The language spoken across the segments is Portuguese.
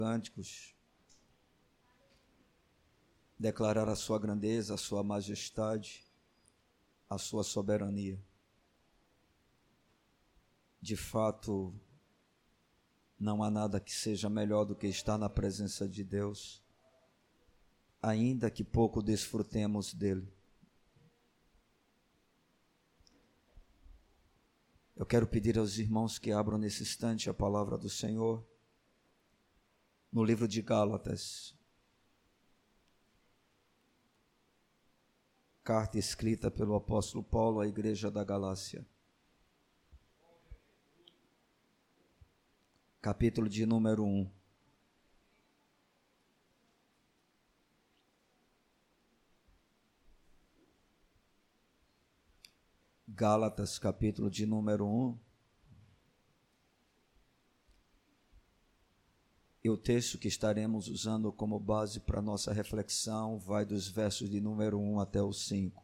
cânticos, declarar a sua grandeza, a sua majestade, a sua soberania. De fato, não há nada que seja melhor do que estar na presença de Deus, ainda que pouco desfrutemos dele. Eu quero pedir aos irmãos que abram nesse instante a palavra do Senhor no livro de Gálatas, carta escrita pelo apóstolo Paulo à igreja da Galácia, capítulo de número 1. Gálatas, capítulo de número 1. E o texto que estaremos usando como base para a nossa reflexão vai dos versos de número 1 até o 5.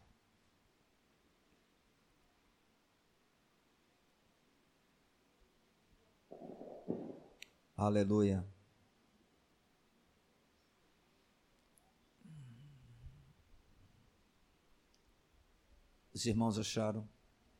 Aleluia. Os irmãos acharam?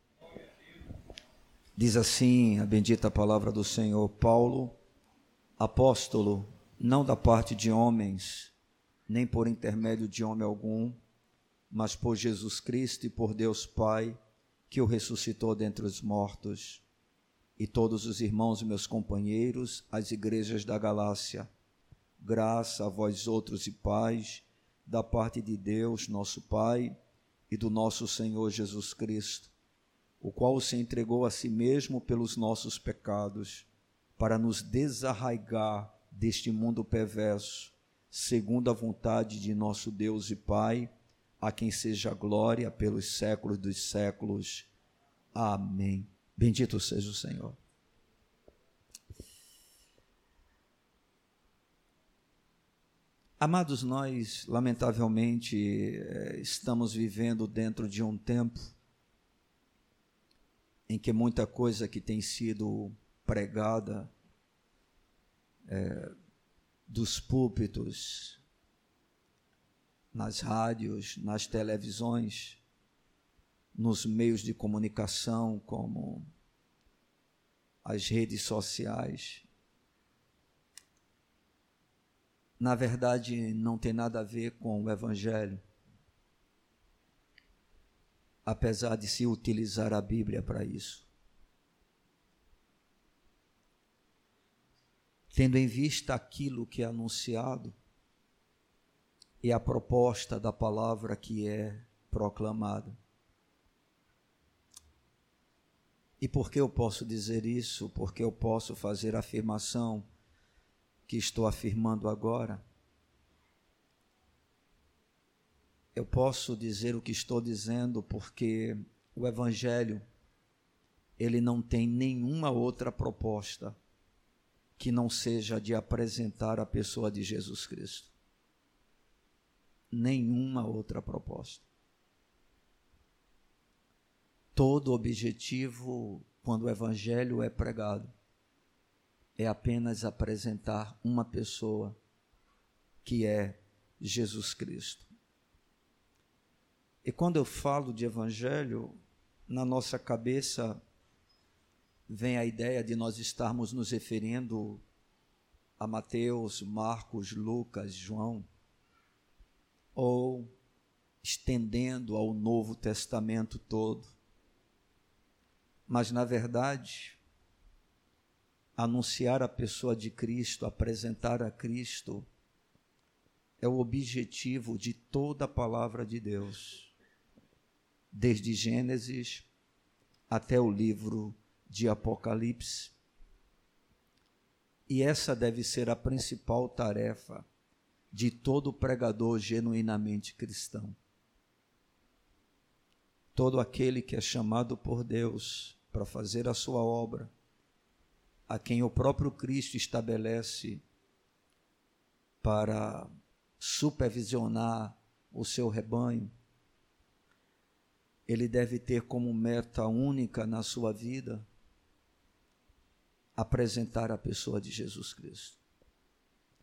Diz assim a bendita palavra do Senhor: Paulo, apóstolo, não da parte de homens, nem por intermédio de homem algum, mas por Jesus Cristo e por Deus Pai, que o ressuscitou dentre os mortos, e todos os irmãos meus companheiros, as igrejas da Galácia, graça a vós outros e paz, da parte de Deus, nosso Pai, e do nosso Senhor Jesus Cristo, o qual se entregou a si mesmo pelos nossos pecados, para nos desarraigar deste mundo perverso, segundo a vontade de nosso Deus e Pai, a quem seja a glória pelos séculos dos séculos. Amém. Bendito seja o Senhor. Amados, nós, lamentavelmente, estamos vivendo dentro de um tempo em que muita coisa que tem sido pregada dos púlpitos, nas rádios, nas televisões, nos meios de comunicação, como as redes sociais, na verdade não tem nada a ver com o Evangelho, apesar de se utilizar a Bíblia para isso. Tendo em vista aquilo que é anunciado e a proposta da palavra que é proclamada. E por que eu posso dizer isso? Porque eu posso fazer a afirmação que estou afirmando agora. Eu posso dizer o que estou dizendo porque o Evangelho, ele não tem nenhuma outra proposta que não seja de apresentar a pessoa de Jesus Cristo. Nenhuma outra proposta. Todo objetivo, quando o Evangelho é pregado, é apenas apresentar uma pessoa, que é Jesus Cristo. E quando eu falo de Evangelho, na nossa cabeça vem a ideia de nós estarmos nos referindo a Mateus, Marcos, Lucas, João, ou estendendo ao Novo Testamento todo. Mas, na verdade, anunciar a pessoa de Cristo, apresentar a Cristo, é o objetivo de toda a palavra de Deus, desde Gênesis até o livro de Apocalipse. E essa deve ser a principal tarefa de todo pregador genuinamente cristão. Todo aquele que é chamado por Deus para fazer a sua obra, a quem o próprio Cristo estabelece para supervisionar o seu rebanho, ele deve ter como meta única na sua vida apresentar a pessoa de Jesus Cristo.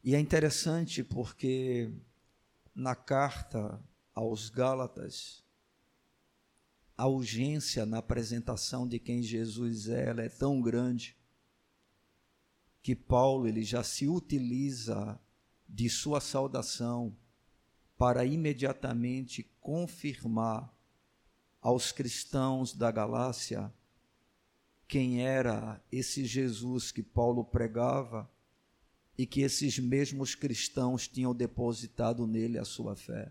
E é interessante porque na carta aos Gálatas, a urgência na apresentação de quem Jesus é, ela é tão grande que Paulo ele já se utiliza de sua saudação para imediatamente confirmar aos cristãos da Galácia quem era esse Jesus que Paulo pregava e que esses mesmos cristãos tinham depositado nele a sua fé.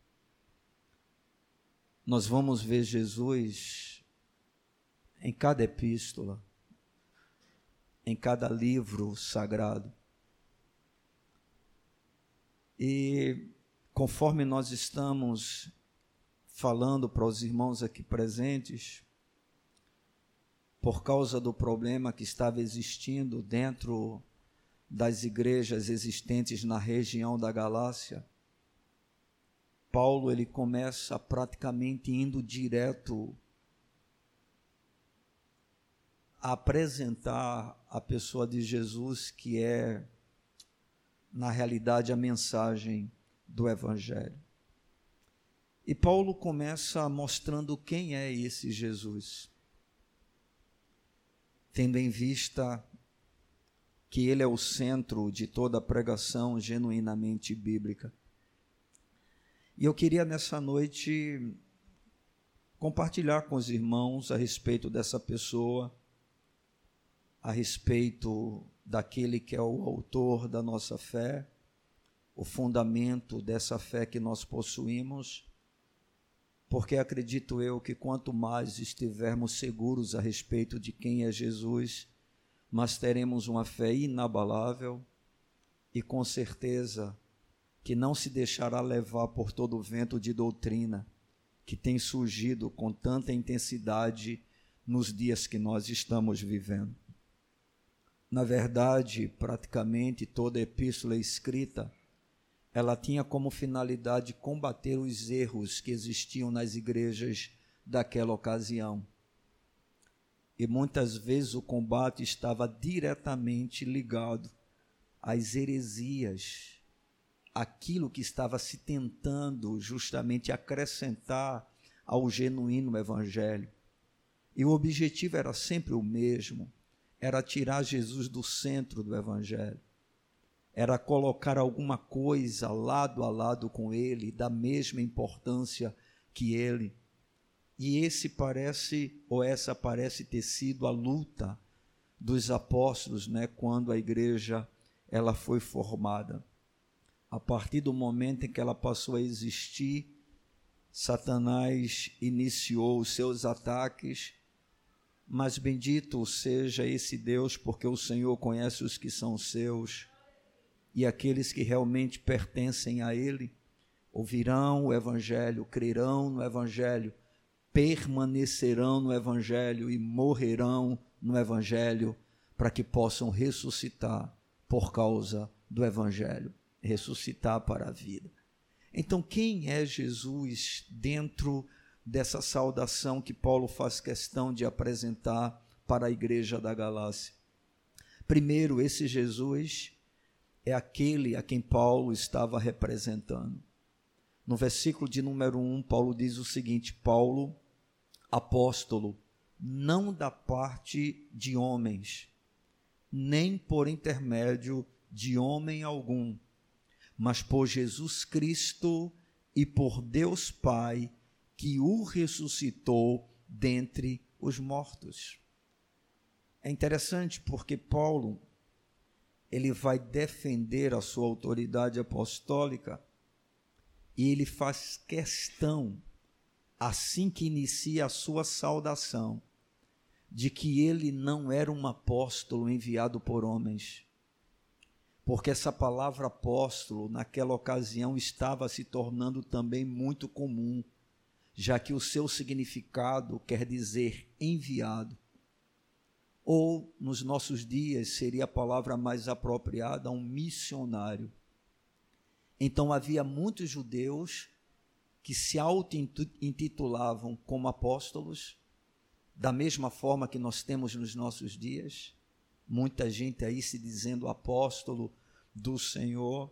Nós vamos ver Jesus em cada epístola, em cada livro sagrado. E conforme nós estamos falando para os irmãos aqui presentes, por causa do problema que estava existindo dentro das igrejas existentes na região da Galácia, Paulo ele começa praticamente indo direto a apresentar a pessoa de Jesus, que é, na realidade, a mensagem do Evangelho. E Paulo começa mostrando quem é esse Jesus, tendo em vista que ele é o centro de toda a pregação genuinamente bíblica. E eu queria nessa noite compartilhar com os irmãos a respeito dessa pessoa, a respeito daquele que é o autor da nossa fé, o fundamento dessa fé que nós possuímos, porque acredito eu que quanto mais estivermos seguros a respeito de quem é Jesus, mas teremos uma fé inabalável e com certeza que não se deixará levar por todo o vento de doutrina que tem surgido com tanta intensidade nos dias que nós estamos vivendo. Na verdade, praticamente toda a epístola escrita, ela tinha como finalidade combater os erros que existiam nas igrejas daquela ocasião. E muitas vezes o combate estava diretamente ligado às heresias, aquilo que estava se tentando justamente acrescentar ao genuíno evangelho. E o objetivo era sempre o mesmo, era tirar Jesus do centro do evangelho, era colocar alguma coisa lado a lado com ele, da mesma importância que ele. E essa parece ter sido a luta dos apóstolos, quando a igreja ela foi formada. A partir do momento em que ela passou a existir, Satanás iniciou os seus ataques, mas bendito seja esse Deus, porque o Senhor conhece os que são seus, e aqueles que realmente pertencem a Ele, ouvirão o Evangelho, crerão no Evangelho, permanecerão no Evangelho e morrerão no Evangelho, para que possam ressuscitar por causa do Evangelho, ressuscitar para a vida. Então, quem é Jesus dentro dessa saudação que Paulo faz questão de apresentar para a igreja da Galácia? Primeiro, esse Jesus é aquele a quem Paulo estava representando. No versículo de número 1, Paulo diz o seguinte: Paulo, apóstolo, não da parte de homens, nem por intermédio de homem algum, mas por Jesus Cristo e por Deus Pai, que o ressuscitou dentre os mortos. É interessante porque Paulo, ele vai defender a sua autoridade apostólica e ele faz questão, assim que inicia a sua saudação, de que ele não era um apóstolo enviado por homens, porque essa palavra apóstolo, naquela ocasião, estava se tornando também muito comum, já que o seu significado quer dizer enviado, ou, nos nossos dias, seria a palavra mais apropriada, um missionário. Então, havia muitos judeus que se auto-intitulavam como apóstolos, da mesma forma que nós temos nos nossos dias, muita gente aí se dizendo apóstolo, do Senhor.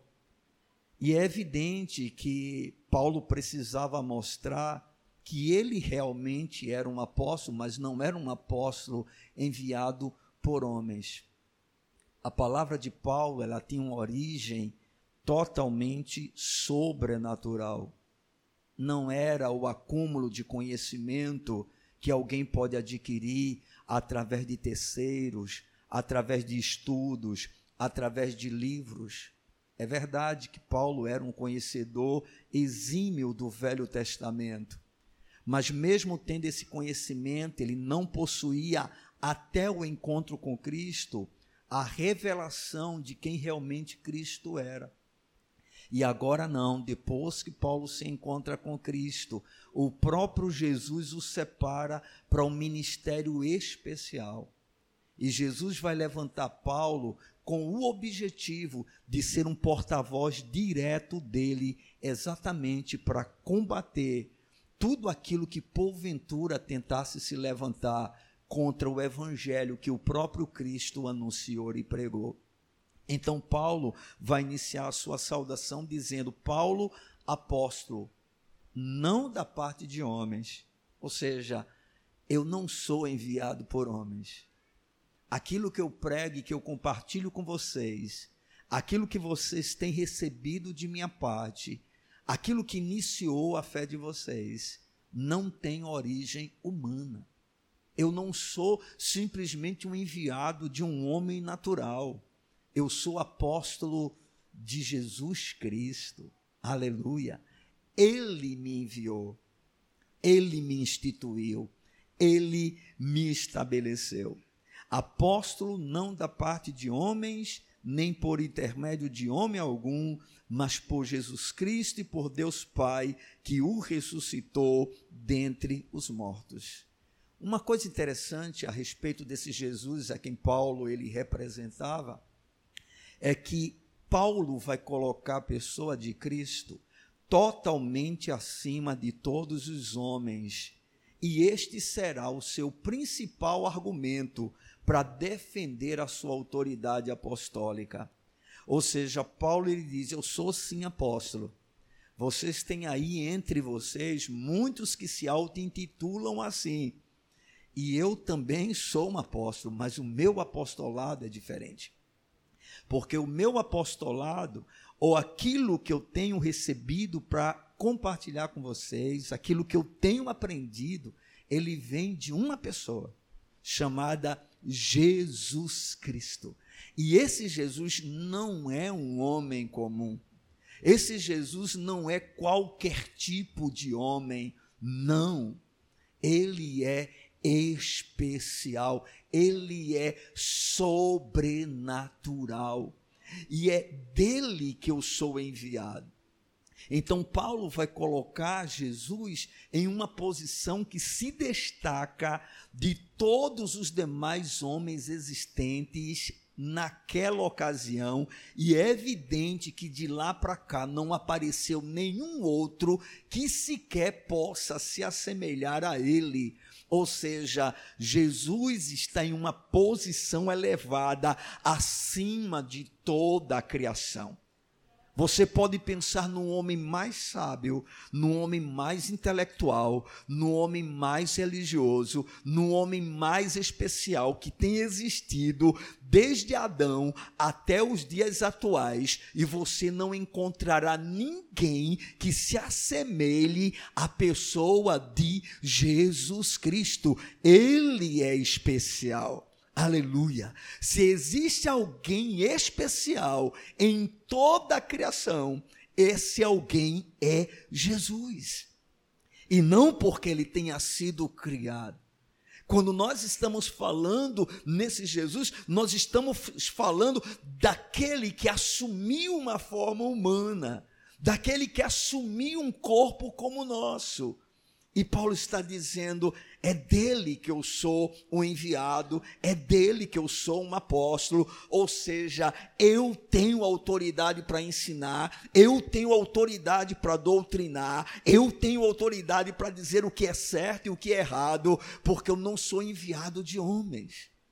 E é evidente que Paulo precisava mostrar que ele realmente era um apóstolo, mas não era um apóstolo enviado por homens. A palavra de Paulo, ela tinha uma origem totalmente sobrenatural. Não era o acúmulo de conhecimento que alguém pode adquirir através de terceiros, através de estudos, através de livros. É verdade que Paulo era um conhecedor exímio do Velho Testamento, mas mesmo tendo esse conhecimento, ele não possuía, até o encontro com Cristo, a revelação de quem realmente Cristo era. E agora não, depois que Paulo se encontra com Cristo, o próprio Jesus o separa para um ministério especial. E Jesus vai levantar Paulo com o objetivo de ser um porta-voz direto dele, exatamente para combater tudo aquilo que porventura tentasse se levantar contra o evangelho que o próprio Cristo anunciou e pregou. Então Paulo vai iniciar a sua saudação dizendo: Paulo, apóstolo, não da parte de homens, ou seja, eu não sou enviado por homens. Aquilo que eu prego e que eu compartilho com vocês, aquilo que vocês têm recebido de minha parte, aquilo que iniciou a fé de vocês, não tem origem humana. Eu não sou simplesmente um enviado de um homem natural. Eu sou apóstolo de Jesus Cristo. Aleluia. Ele me enviou, ele me instituiu, ele me estabeleceu. Apóstolo não da parte de homens, nem por intermédio de homem algum, mas por Jesus Cristo e por Deus Pai, que o ressuscitou dentre os mortos. Uma coisa interessante a respeito desse Jesus a quem Paulo ele representava, é que Paulo vai colocar a pessoa de Cristo totalmente acima de todos os homens, e este será o seu principal argumento para defender a sua autoridade apostólica. Ou seja, Paulo ele diz: eu sou sim apóstolo. Vocês têm aí entre vocês muitos que se auto-intitulam assim. E eu também sou um apóstolo, mas o meu apostolado é diferente. Porque o meu apostolado, ou aquilo que eu tenho recebido para compartilhar com vocês, aquilo que eu tenho aprendido, ele vem de uma pessoa, chamada Jesus Cristo. E esse Jesus não é um homem comum. Esse Jesus não é qualquer tipo de homem, não. Ele é especial, ele é sobrenatural. E é dele que eu sou enviado. Então Paulo vai colocar Jesus em uma posição que se destaca de todos os demais homens existentes naquela ocasião, e é evidente que de lá para cá não apareceu nenhum outro que sequer possa se assemelhar a ele. Ou seja, Jesus está em uma posição elevada acima de toda a criação. Você pode pensar no homem mais sábio, no homem mais intelectual, no homem mais religioso, no homem mais especial que tem existido desde Adão até os dias atuais, e você não encontrará ninguém que se assemelhe à pessoa de Jesus Cristo. Ele é especial. Aleluia! Se existe alguém especial em toda a criação, esse alguém é Jesus. E não porque ele tenha sido criado. Quando nós estamos falando nesse Jesus, nós estamos falando daquele que assumiu uma forma humana, daquele que assumiu um corpo como o nosso. E Paulo está dizendo: é dele que eu sou um enviado, é dele que eu sou um apóstolo, ou seja, eu tenho autoridade para ensinar, eu tenho autoridade para doutrinar, eu tenho autoridade para dizer o que é certo e o que é errado, porque eu não sou enviado de homens.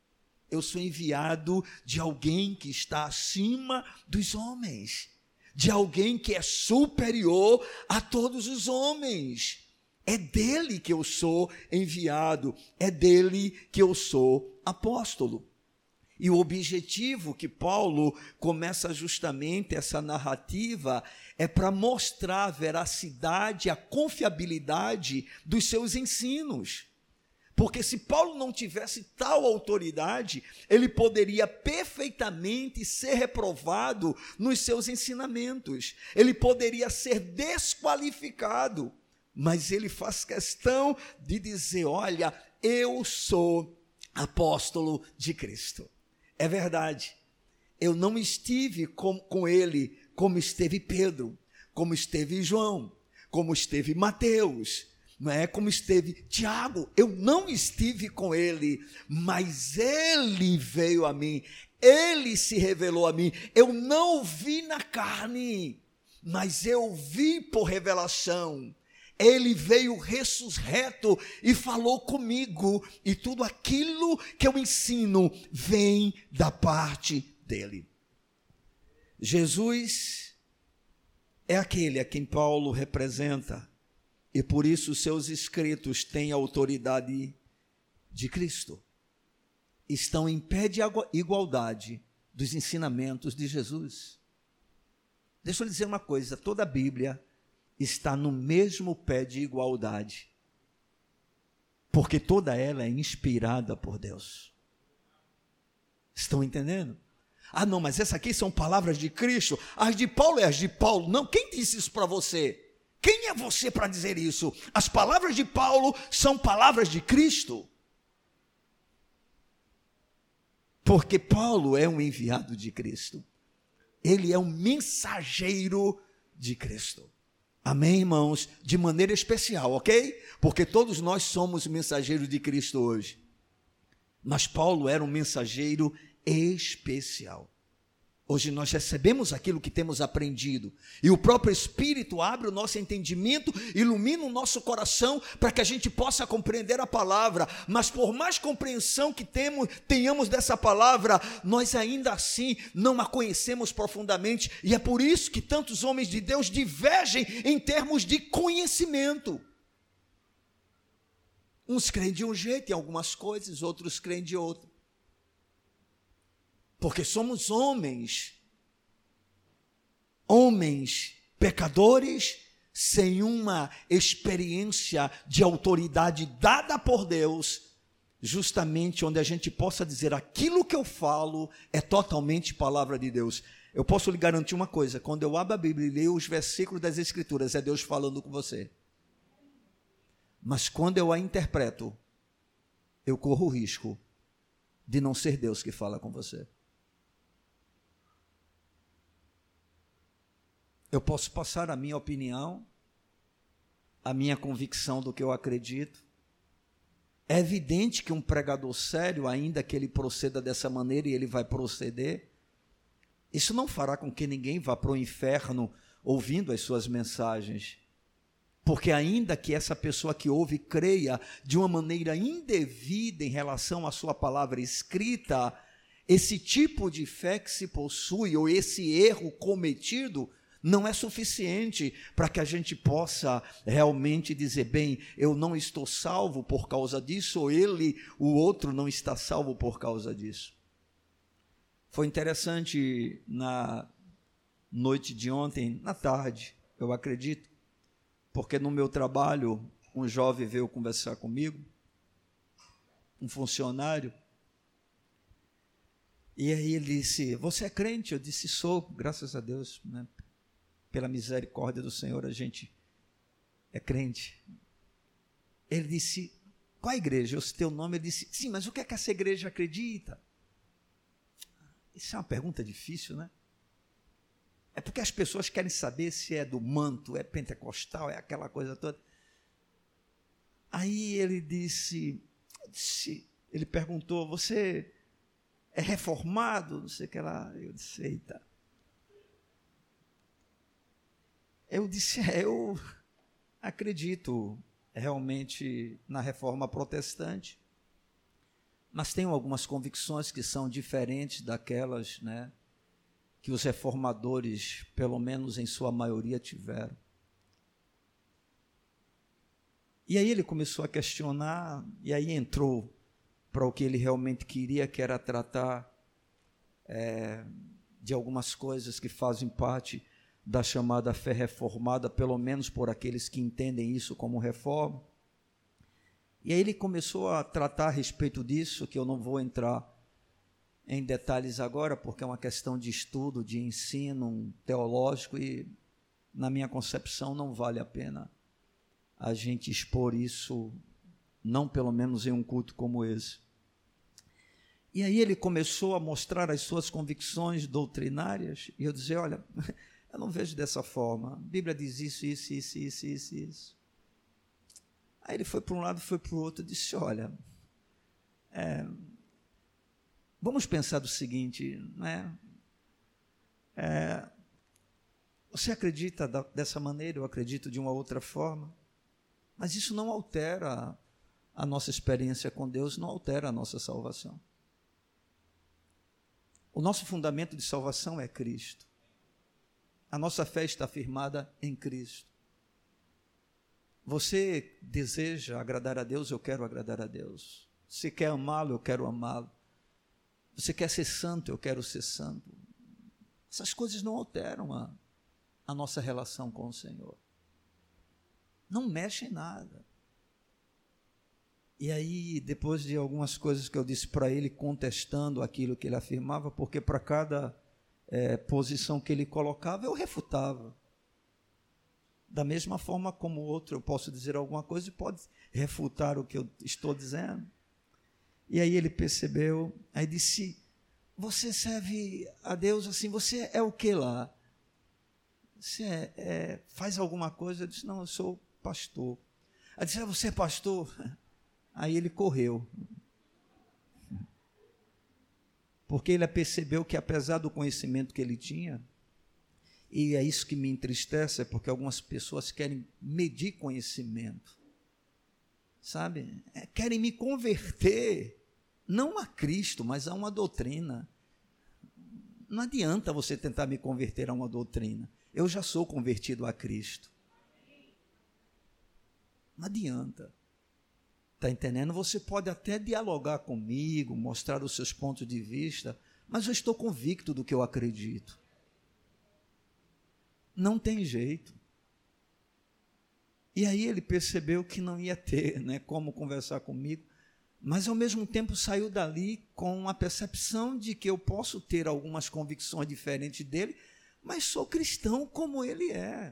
Eu sou enviado de alguém que está acima dos homens, de alguém que é superior a todos os homens. É dele que eu sou enviado, é dele que eu sou apóstolo. E o objetivo que Paulo começa justamente essa narrativa é para mostrar a veracidade, a confiabilidade dos seus ensinos. Porque se Paulo não tivesse tal autoridade, ele poderia perfeitamente ser reprovado nos seus ensinamentos. Ele poderia ser desqualificado. Mas ele faz questão de dizer, olha, eu sou apóstolo de Cristo. É verdade, eu não estive com ele como esteve Pedro, como esteve João, como esteve Mateus, não é? Como esteve Tiago. Eu não estive com ele, mas ele veio a mim, ele se revelou a mim. Eu não o vi na carne, mas eu vi por revelação. Ele veio ressurreto e falou comigo, e tudo aquilo que eu ensino vem da parte dele. Jesus é aquele a quem Paulo representa, e por isso seus escritos têm a autoridade de Cristo. Estão em pé de igualdade dos ensinamentos de Jesus. Deixa eu dizer uma coisa, toda a Bíblia está no mesmo pé de igualdade, porque toda ela é inspirada por Deus. Estão entendendo? Ah, não, mas essas aqui são palavras de Cristo, as de Paulo é as de Paulo. Não, quem disse isso para você? Quem é você para dizer isso? As palavras de Paulo são palavras de Cristo, porque Paulo é um enviado de Cristo, ele é um mensageiro de Cristo. Amém, irmãos? De maneira especial, ok? Porque todos nós somos mensageiros de Cristo hoje. Mas Paulo era um mensageiro especial. Hoje nós recebemos aquilo que temos aprendido. E o próprio Espírito abre o nosso entendimento, ilumina o nosso coração para que a gente possa compreender a palavra. Mas por mais compreensão que tenhamos dessa palavra, nós ainda assim não a conhecemos profundamente. E é por isso que tantos homens de Deus divergem em termos de conhecimento. Uns creem de um jeito em algumas coisas, outros creem de outro. Porque somos homens pecadores, sem uma experiência de autoridade dada por Deus, justamente onde a gente possa dizer, aquilo que eu falo é totalmente palavra de Deus. Eu posso lhe garantir uma coisa, quando eu abro a Bíblia e leio os versículos das Escrituras, é Deus falando com você. Mas quando eu a interpreto, eu corro o risco de não ser Deus que fala com você. Eu posso passar a minha opinião, a minha convicção do que eu acredito. É evidente que um pregador sério, ainda que ele proceda dessa maneira, e ele vai proceder, isso não fará com que ninguém vá para o inferno ouvindo as suas mensagens. Porque ainda que essa pessoa que ouve creia de uma maneira indevida em relação à sua palavra escrita, esse tipo de fé que se possui, ou esse erro cometido, não é suficiente para que a gente possa realmente dizer, bem, eu não estou salvo por causa disso, ou o outro não está salvo por causa disso. Foi interessante na noite de ontem, na tarde, eu acredito, porque no meu trabalho, um jovem veio conversar comigo, um funcionário, e aí ele disse, você é crente? Eu disse, sou, graças a Deus, né? Pela misericórdia do Senhor, a gente é crente. Ele disse, qual a igreja? Eu citei o nome, ele disse, sim, mas o que é que essa igreja acredita? Isso é uma pergunta difícil, né? É porque as pessoas querem saber se é do manto, é pentecostal, é aquela coisa toda. Aí ele ele perguntou, você é reformado? Não sei o que lá. Eu disse, eita. Eu disse, eu acredito realmente na reforma protestante, mas tenho algumas convicções que são diferentes daquelas, né, que os reformadores, pelo menos em sua maioria, tiveram. E aí ele começou a questionar, e aí entrou para o que ele realmente queria, que era tratar de algumas coisas que fazem parte da chamada fé reformada, pelo menos por aqueles que entendem isso como reforma. E aí ele começou a tratar a respeito disso, que eu não vou entrar em detalhes agora, porque é uma questão de estudo, de ensino teológico, e na minha concepção não vale a pena a gente expor isso, não pelo menos em um culto como esse. E aí ele começou a mostrar as suas convicções doutrinárias, e eu dizia, olha, eu não vejo dessa forma, a Bíblia diz isso. Aí ele foi para um lado, foi para o outro, e disse, olha, vamos pensar do seguinte, né? Você acredita dessa maneira, eu acredito de uma outra forma, mas isso não altera a nossa experiência com Deus, não altera a nossa salvação. O nosso fundamento de salvação é Cristo. A nossa fé está firmada em Cristo. Você deseja agradar a Deus, eu quero agradar a Deus. Você quer amá-lo, eu quero amá-lo. Você quer ser santo, eu quero ser santo. Essas coisas não alteram a nossa relação com o Senhor. Não mexe em nada. E aí, depois de algumas coisas que eu disse para ele, contestando aquilo que ele afirmava, porque para cada posição que ele colocava, eu refutava. Da mesma forma como o outro, eu posso dizer alguma coisa e pode refutar o que eu estou dizendo. E aí ele percebeu, aí disse, você serve a Deus assim, você é o que lá? Você faz alguma coisa? Eu disse, não, eu sou pastor. Aí disse, você é pastor? Aí ele correu. Porque ele percebeu que apesar do conhecimento que ele tinha, e é isso que me entristece, é porque algumas pessoas querem medir conhecimento, sabe? Querem me converter, não a Cristo, mas a uma doutrina. Não adianta você tentar me converter a uma doutrina. Eu já sou convertido a Cristo. Não adianta. Está entendendo? Você pode até dialogar comigo, mostrar os seus pontos de vista, mas eu estou convicto do que eu acredito. Não tem jeito. E aí ele percebeu que não ia ter, né, como conversar comigo, mas ao mesmo tempo saiu dali com a percepção de que eu posso ter algumas convicções diferentes dele, mas sou cristão como ele é.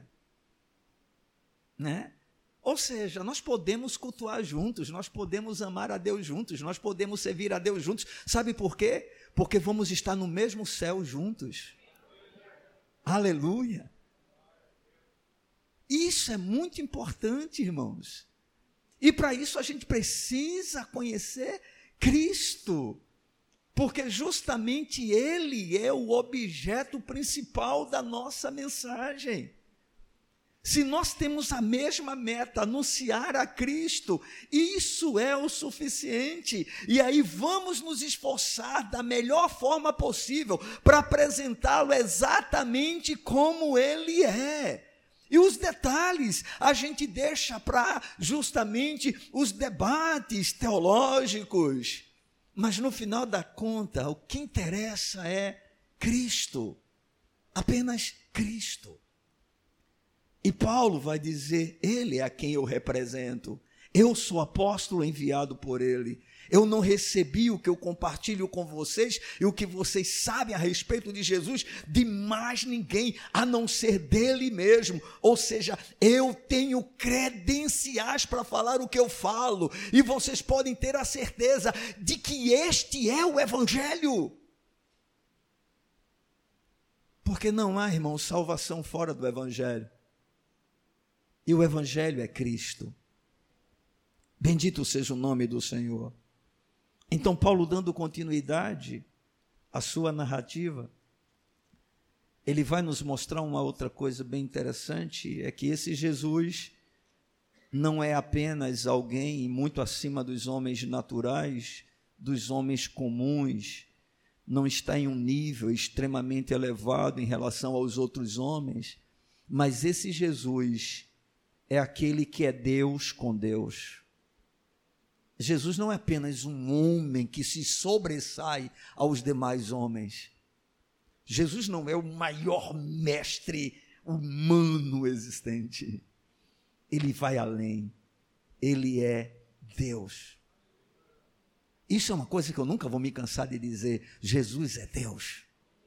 Né? Ou seja, nós podemos cultuar juntos, nós podemos amar a Deus juntos, nós podemos servir a Deus juntos. Sabe por quê? Porque vamos estar no mesmo céu juntos. Aleluia! Isso é muito importante, irmãos. E para isso a gente precisa conhecer Cristo, porque justamente Ele é o objeto principal da nossa mensagem. Se nós temos a mesma meta, anunciar a Cristo, isso é o suficiente. E aí vamos nos esforçar da melhor forma possível para apresentá-lo exatamente como Ele é. E os detalhes a gente deixa para justamente os debates teológicos. Mas no final da conta, o que interessa é Cristo. Apenas Cristo. E Paulo vai dizer, ele é a quem eu represento. Eu sou apóstolo enviado por ele. Eu não recebi o que eu compartilho com vocês e o que vocês sabem a respeito de Jesus de mais ninguém, a não ser dele mesmo. Ou seja, eu tenho credenciais para falar o que eu falo. E vocês podem ter a certeza de que este é o Evangelho. Porque não há, irmão, salvação fora do Evangelho. E o Evangelho é Cristo. Bendito seja o nome do Senhor. Então, Paulo, dando continuidade à sua narrativa, ele vai nos mostrar uma outra coisa bem interessante, é que esse Jesus não é apenas alguém muito acima dos homens naturais, dos homens comuns, não está em um nível extremamente elevado em relação aos outros homens, mas esse Jesus é aquele que é Deus com Deus. Jesus não é apenas um homem que se sobressai aos demais homens. Jesus não é o maior mestre humano existente. Ele vai além. Ele é Deus. Isso é uma coisa que eu nunca vou me cansar de dizer. Jesus é Deus.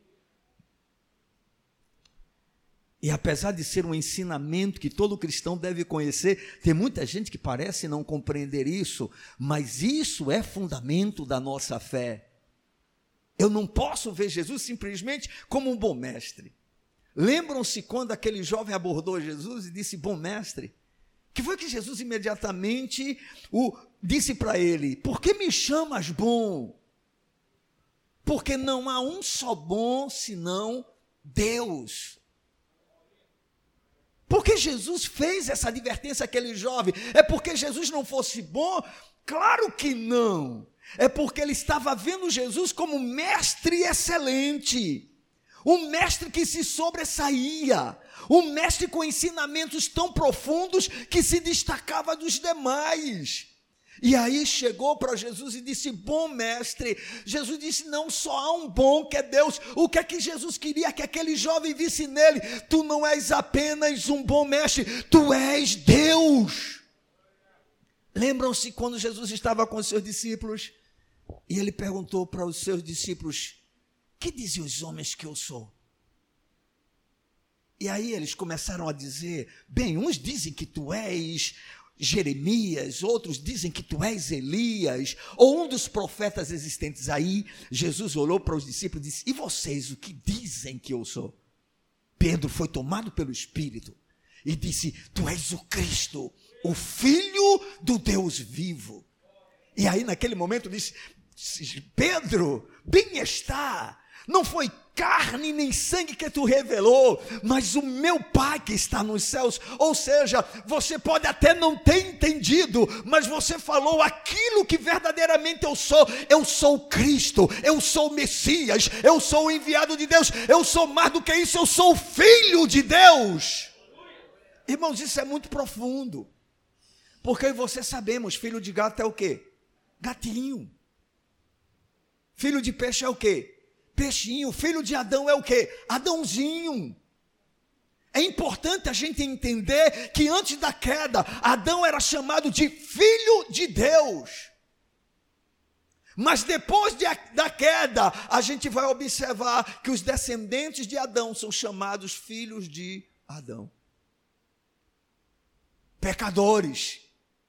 E apesar de ser um ensinamento que todo cristão deve conhecer, tem muita gente que parece não compreender isso, mas isso é fundamento da nossa fé. Eu não posso ver Jesus simplesmente como um bom mestre. Lembram-se quando aquele jovem abordou Jesus e disse, bom mestre? Que foi que Jesus imediatamente disse para ele, por que me chamas bom? Porque não há um só bom senão Deus. Porque Jesus fez essa advertência àquele jovem? É porque Jesus não fosse bom? Claro que não. É porque ele estava vendo Jesus como mestre excelente. Um mestre que se sobressaía. Um mestre com ensinamentos tão profundos que se destacava dos demais. E aí chegou para Jesus e disse, bom mestre. Jesus disse, não, só há um bom que é Deus. O que é que Jesus queria que aquele jovem visse nele? Tu não és apenas um bom mestre, tu és Deus. Lembram-se quando Jesus estava com os seus discípulos? E ele perguntou para os seus discípulos, que dizem os homens que eu sou? E aí eles começaram a dizer, bem, uns dizem que tu és Jeremias, outros dizem que tu és Elias, ou um dos profetas existentes. Aí Jesus olhou para os discípulos e disse, e vocês, o que dizem que eu sou? Pedro foi tomado pelo Espírito e disse, tu és o Cristo, o Filho do Deus vivo. E aí naquele momento disse, Pedro, bem está, não foi carne nem sangue que tu revelou, mas o meu Pai que está nos céus. Ou seja, você pode até não ter entendido, mas você falou aquilo que verdadeiramente eu sou o Cristo, eu sou o Messias, eu sou o enviado de Deus, eu sou mais do que isso, eu sou o Filho de Deus. Irmãos, isso é muito profundo, porque eu e você sabemos, filho de gato é o quê? Gatinho. Filho de peixe é o quê? Peixinho. Filho de Adão é o quê? Adãozinho. É importante a gente entender que antes da queda, Adão era chamado de filho de Deus. Mas depois da queda, a gente vai observar que os descendentes de Adão são chamados filhos de Adão. Pecadores.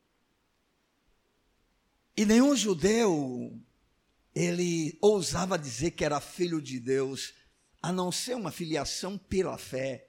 E nenhum judeu, ele ousava dizer que era filho de Deus, a não ser uma filiação pela fé.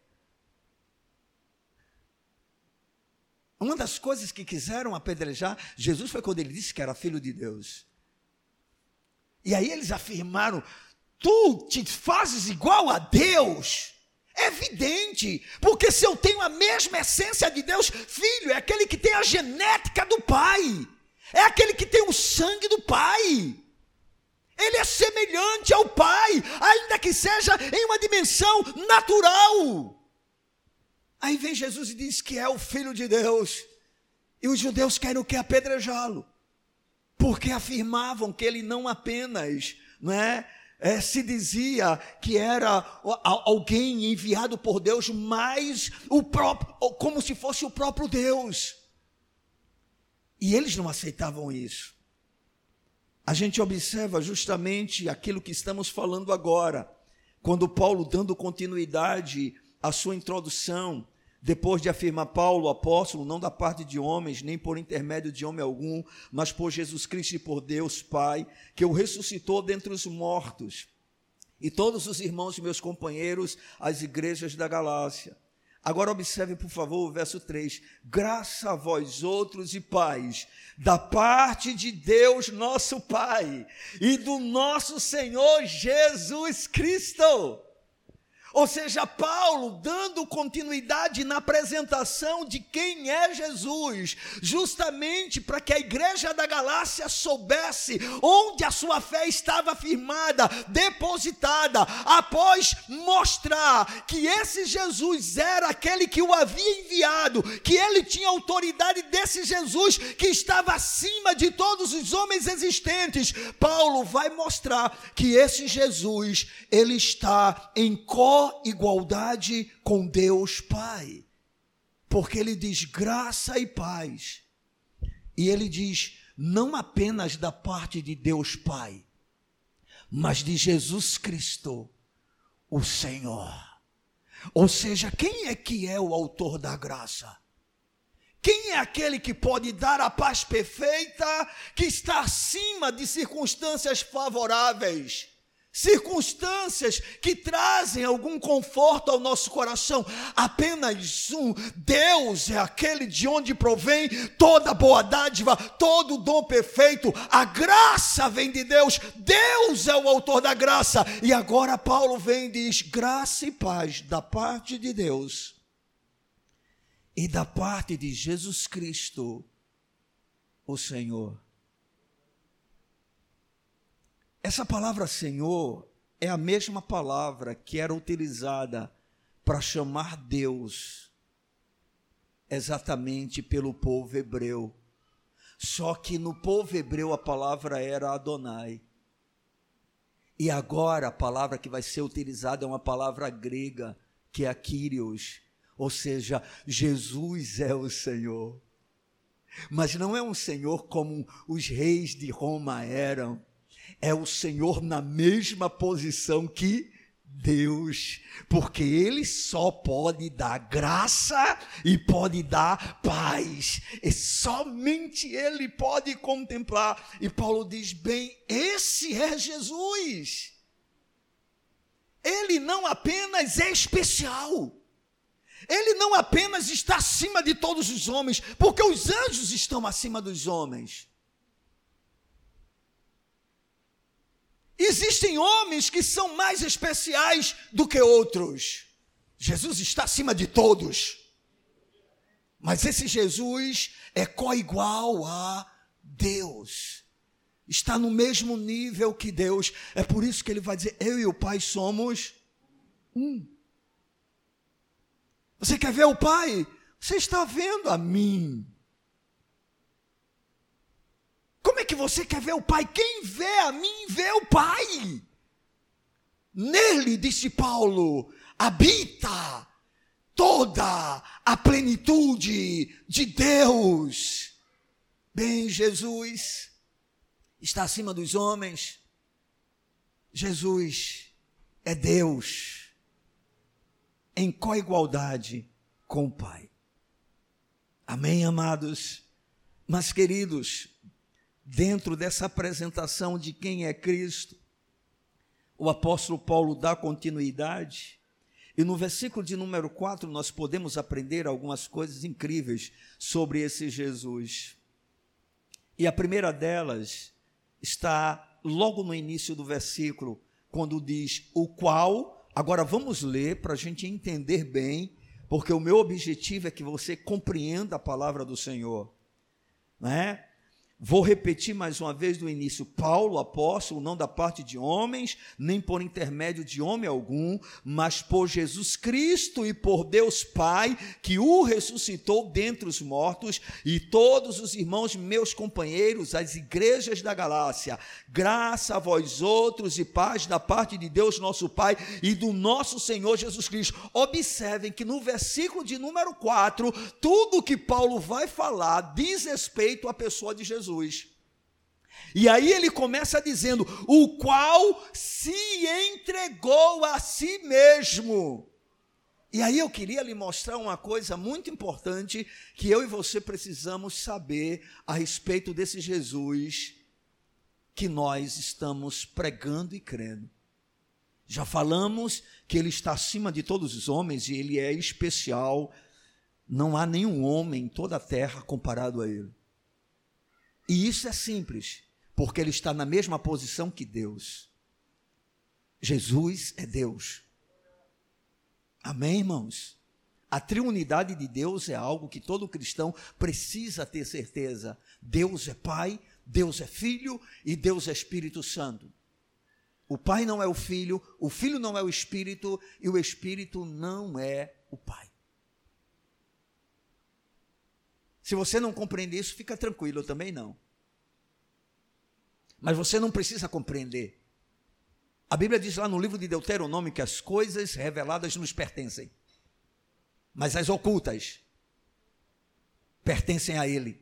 Uma das coisas que quiseram apedrejar Jesus foi quando ele disse que era filho de Deus. E aí eles afirmaram, tu te fazes igual a Deus? É evidente, porque se eu tenho a mesma essência de Deus, filho é aquele que tem a genética do Pai, é aquele que tem o sangue do Pai. Ele é semelhante ao Pai, ainda que seja em uma dimensão natural. Aí vem Jesus e diz que é o Filho de Deus. E os judeus querem o que? Apedrejá-lo. Porque afirmavam que ele não apenas, se dizia que era alguém enviado por Deus, mas como se fosse o próprio Deus. E eles não aceitavam isso. A gente observa justamente aquilo que estamos falando agora, quando Paulo, dando continuidade à sua introdução, depois de afirmar Paulo, apóstolo, não da parte de homens, nem por intermédio de homem algum, mas por Jesus Cristo e por Deus Pai, que o ressuscitou dentre os mortos, e todos os irmãos e meus companheiros, as igrejas da Galácia. Agora observe, por favor, o verso 3. Graça a vós outros e pais, da parte de Deus nosso Pai, e do nosso Senhor Jesus Cristo. Ou seja, Paulo dando continuidade na apresentação de quem é Jesus, justamente para que a igreja da Galácia soubesse onde a sua fé estava firmada, depositada, após mostrar que esse Jesus era aquele que o havia enviado, que ele tinha autoridade desse Jesus que estava acima de todos os homens existentes. Paulo vai mostrar que esse Jesus, ele está em igualdade com Deus Pai, porque ele diz graça e paz, e ele diz não apenas da parte de Deus Pai, mas de Jesus Cristo, o Senhor. Ou seja, quem é que é o autor da graça? Quem é aquele que pode dar a paz perfeita, que está acima de circunstâncias favoráveis? Circunstâncias que trazem algum conforto ao nosso coração. Apenas um. Deus é aquele de onde provém toda boa dádiva, todo dom perfeito. A graça vem de Deus. Deus é o autor da graça. E agora Paulo vem e diz: graça e paz da parte de Deus e da parte de Jesus Cristo, o Senhor. Essa palavra Senhor é a mesma palavra que era utilizada para chamar Deus exatamente pelo povo hebreu. Só que no povo hebreu a palavra era Adonai. E agora a palavra que vai ser utilizada é uma palavra grega, que é Kyrios, ou seja, Jesus é o Senhor. Mas não é um Senhor como os reis de Roma eram. É o Senhor na mesma posição que Deus, porque Ele só pode dar graça e pode dar paz, e somente Ele pode contemplar. E Paulo diz: bem, esse é Jesus. Ele não apenas é especial, Ele não apenas está acima de todos os homens, porque os anjos estão acima dos homens. Existem homens que são mais especiais do que outros. Jesus está acima de todos. Mas esse Jesus é coigual a Deus. Está no mesmo nível que Deus. É por isso que ele vai dizer: eu e o Pai somos um. Você quer ver o Pai? Você está vendo a mim. Como é que você quer ver o Pai? Quem vê a mim, vê o Pai. Nele, disse Paulo, habita toda a plenitude de Deus. Bem, Jesus está acima dos homens. Jesus é Deus em coigualdade com o Pai. Amém, amados? Mas, queridos, dentro dessa apresentação de quem é Cristo, o apóstolo Paulo dá continuidade, e no versículo de número 4 nós podemos aprender algumas coisas incríveis sobre esse Jesus. E a primeira delas está logo no início do versículo, quando diz o qual. Agora vamos ler para a gente entender bem, porque o meu objetivo é que você compreenda a palavra do Senhor, não é? Vou repetir mais uma vez do início: Paulo, apóstolo, não da parte de homens, nem por intermédio de homem algum, mas por Jesus Cristo e por Deus Pai, que o ressuscitou dentre os mortos, e todos os irmãos meus companheiros, as igrejas da Galácia, graça a vós outros e paz da parte de Deus nosso Pai e do nosso Senhor Jesus Cristo. Observem que no versículo de número 4, tudo que Paulo vai falar diz respeito à pessoa de Jesus. E aí ele começa dizendo: o qual se entregou a si mesmo. E aí eu queria lhe mostrar uma coisa muito importante que eu e você precisamos saber a respeito desse Jesus que nós estamos pregando e crendo. Já falamos que ele está acima de todos os homens e ele é especial. Não há nenhum homem em toda a terra comparado a ele. E isso é simples, porque ele está na mesma posição que Deus. Jesus é Deus. Amém, irmãos? A triunidade de Deus é algo que todo cristão precisa ter certeza. Deus é Pai, Deus é Filho e Deus é Espírito Santo. O Pai não é o Filho não é o Espírito e o Espírito não é o Pai. Se você não compreender isso, fica tranquilo, eu também não. Mas você não precisa compreender. A Bíblia diz lá no livro de Deuteronômio que as coisas reveladas nos pertencem, mas as ocultas pertencem a Ele.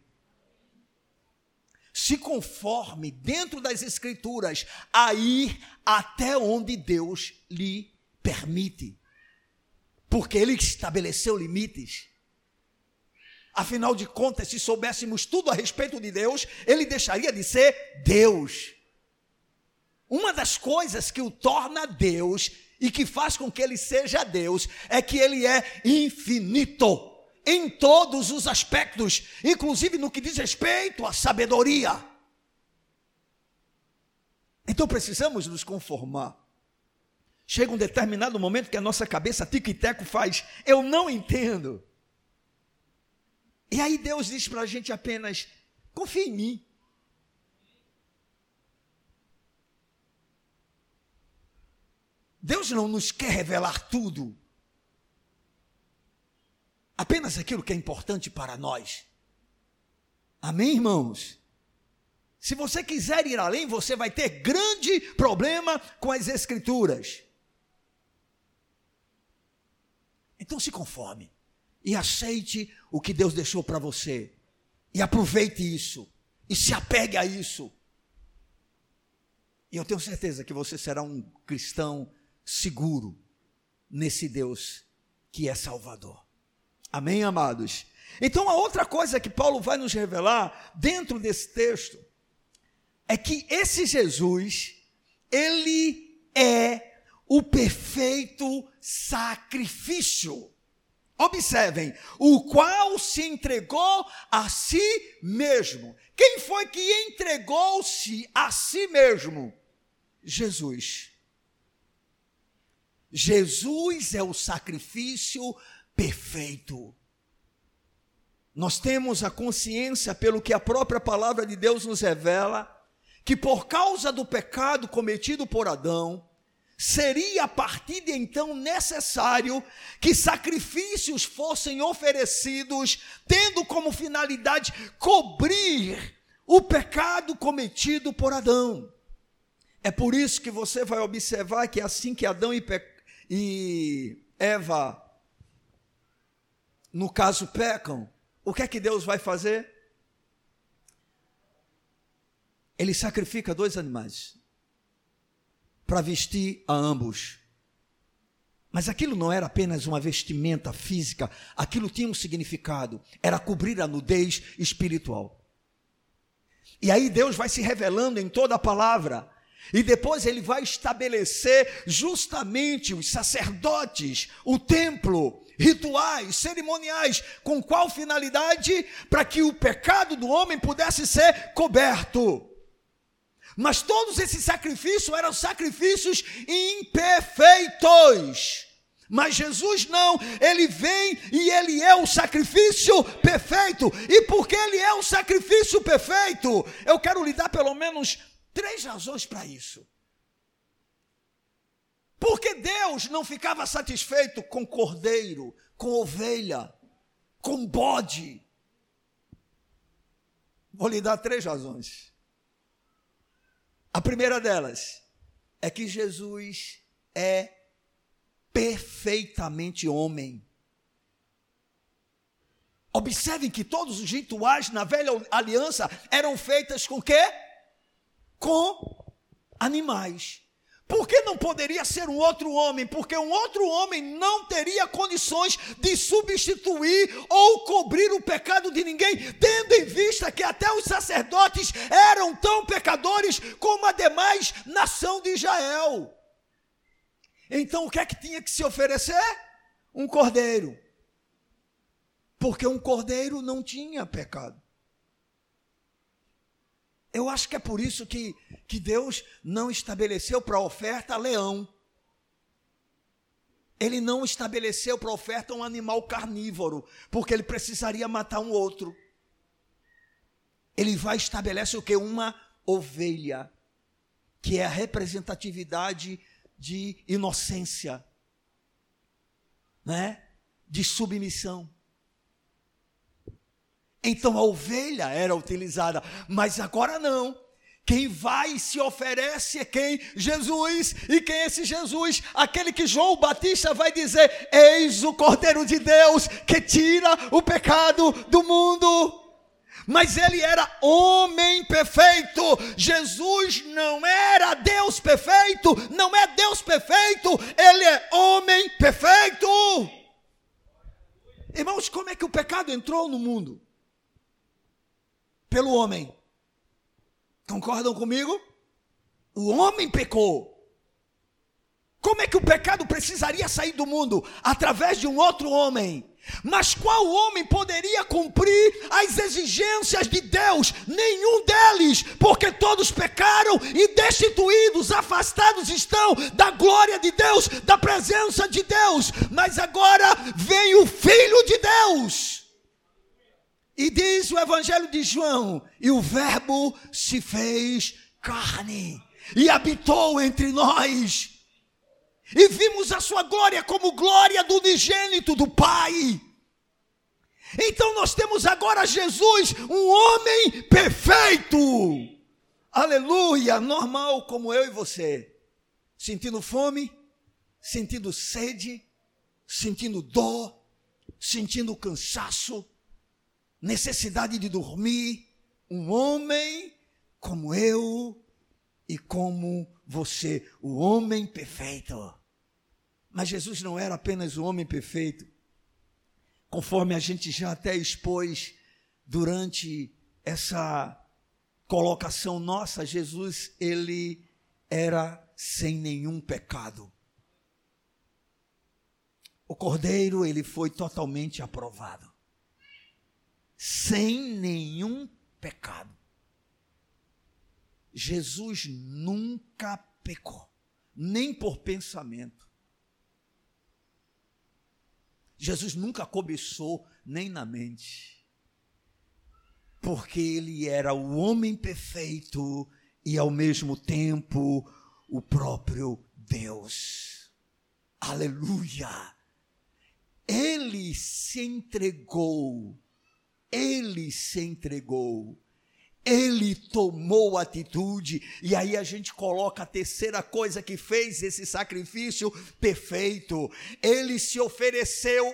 Se conforme dentro das Escrituras a ir até onde Deus lhe permite, porque Ele estabeleceu limites. Afinal de contas, se soubéssemos tudo a respeito de Deus, Ele deixaria de ser Deus. Uma das coisas que o torna Deus e que faz com que Ele seja Deus é que Ele é infinito em todos os aspectos, inclusive no que diz respeito à sabedoria. Então precisamos nos conformar. Chega um determinado momento que a nossa cabeça tico e teco faz, eu não entendo. E aí Deus diz para a gente apenas, confia em mim. Deus não nos quer revelar tudo, apenas aquilo que é importante para nós. Amém, irmãos? Se você quiser ir além, você vai ter grande problema com as Escrituras. Então se conforme e aceite o que Deus deixou para você, e aproveite isso, e se apegue a isso, e eu tenho certeza que você será um cristão seguro nesse Deus que é Salvador. Amém, amados? Então a outra coisa que Paulo vai nos revelar dentro desse texto é que esse Jesus, ele é o perfeito sacrifício. Observem, o qual se entregou a si mesmo. Quem foi que entregou-se a si mesmo? Jesus. Jesus é o sacrifício perfeito. Nós temos a consciência, pelo que a própria palavra de Deus nos revela, que por causa do pecado cometido por Adão, seria a partir de então necessário que sacrifícios fossem oferecidos, tendo como finalidade cobrir o pecado cometido por Adão. É por isso que você vai observar que assim que Adão e Eva, no caso, pecam, o que é que Deus vai fazer? Ele sacrifica 2 animais para vestir a ambos. Mas aquilo não era apenas uma vestimenta física, aquilo tinha um significado, era cobrir a nudez espiritual. E aí Deus vai se revelando em toda a palavra, e depois ele vai estabelecer justamente os sacerdotes, o templo, rituais, cerimoniais, com qual finalidade? Para que o pecado do homem pudesse ser coberto. Mas todos esses sacrifícios eram sacrifícios imperfeitos. Mas Jesus não, ele vem e ele é o sacrifício perfeito. E porque ele é o sacrifício perfeito, eu quero lhe dar pelo menos 3 razões para isso. Porque Deus não ficava satisfeito com cordeiro, com ovelha, com bode. Vou lhe dar 3 razões. A primeira delas é que Jesus é perfeitamente homem. Observem que todos os rituais na velha aliança eram feitos com quê? Com animais. Por que não poderia ser um outro homem? Porque um outro homem não teria condições de substituir ou cobrir o pecado de ninguém, tendo em vista que até os sacerdotes eram tão pecadores como a demais nação de Israel. Então o que é que tinha que se oferecer? Um cordeiro. Porque um cordeiro não tinha pecado. Eu acho que é por isso que Deus não estabeleceu para a oferta leão. Ele não estabeleceu para oferta um animal carnívoro, porque ele precisaria matar um outro. Ele vai estabelecer o quê? Uma ovelha, que é a representatividade de inocência, né? De submissão. Então a ovelha era utilizada, mas agora não. Quem vai e se oferece é quem? Jesus. E quem é esse Jesus? Aquele que João Batista vai dizer: eis o Cordeiro de Deus que tira o pecado do mundo. Mas ele era homem perfeito. Jesus não era Deus perfeito, não é Deus perfeito, ele é homem perfeito. Irmãos, como é que o pecado entrou no mundo? Pelo homem. Concordam comigo? O homem pecou. Como é que o pecado precisaria sair do mundo? Através de um outro homem. Mas qual homem poderia cumprir as exigências de Deus? Nenhum deles, porque todos pecaram e destituídos, afastados estão da glória de Deus, da presença de Deus. Mas agora vem o Filho de Deus. E diz o Evangelho de João: e o Verbo se fez carne e habitou entre nós. E vimos a sua glória como glória do unigênito do Pai. Então nós temos agora Jesus, um homem perfeito. Aleluia, normal como eu e você. Sentindo fome, sentindo sede, sentindo dor, sentindo cansaço, necessidade de dormir. Um homem como eu e como você, o homem perfeito. Mas Jesus não era apenas o homem perfeito, conforme a gente já até expôs durante essa colocação nossa. Jesus, ele era sem nenhum pecado. O Cordeiro, ele foi totalmente aprovado, sem nenhum pecado. Jesus nunca pecou, nem por pensamento. Jesus nunca cobiçou, nem na mente, porque ele era o homem perfeito e ao mesmo tempo o próprio Deus. Aleluia! Ele se entregou, ele tomou atitude. E aí a gente coloca a terceira coisa que fez esse sacrifício perfeito: ele se ofereceu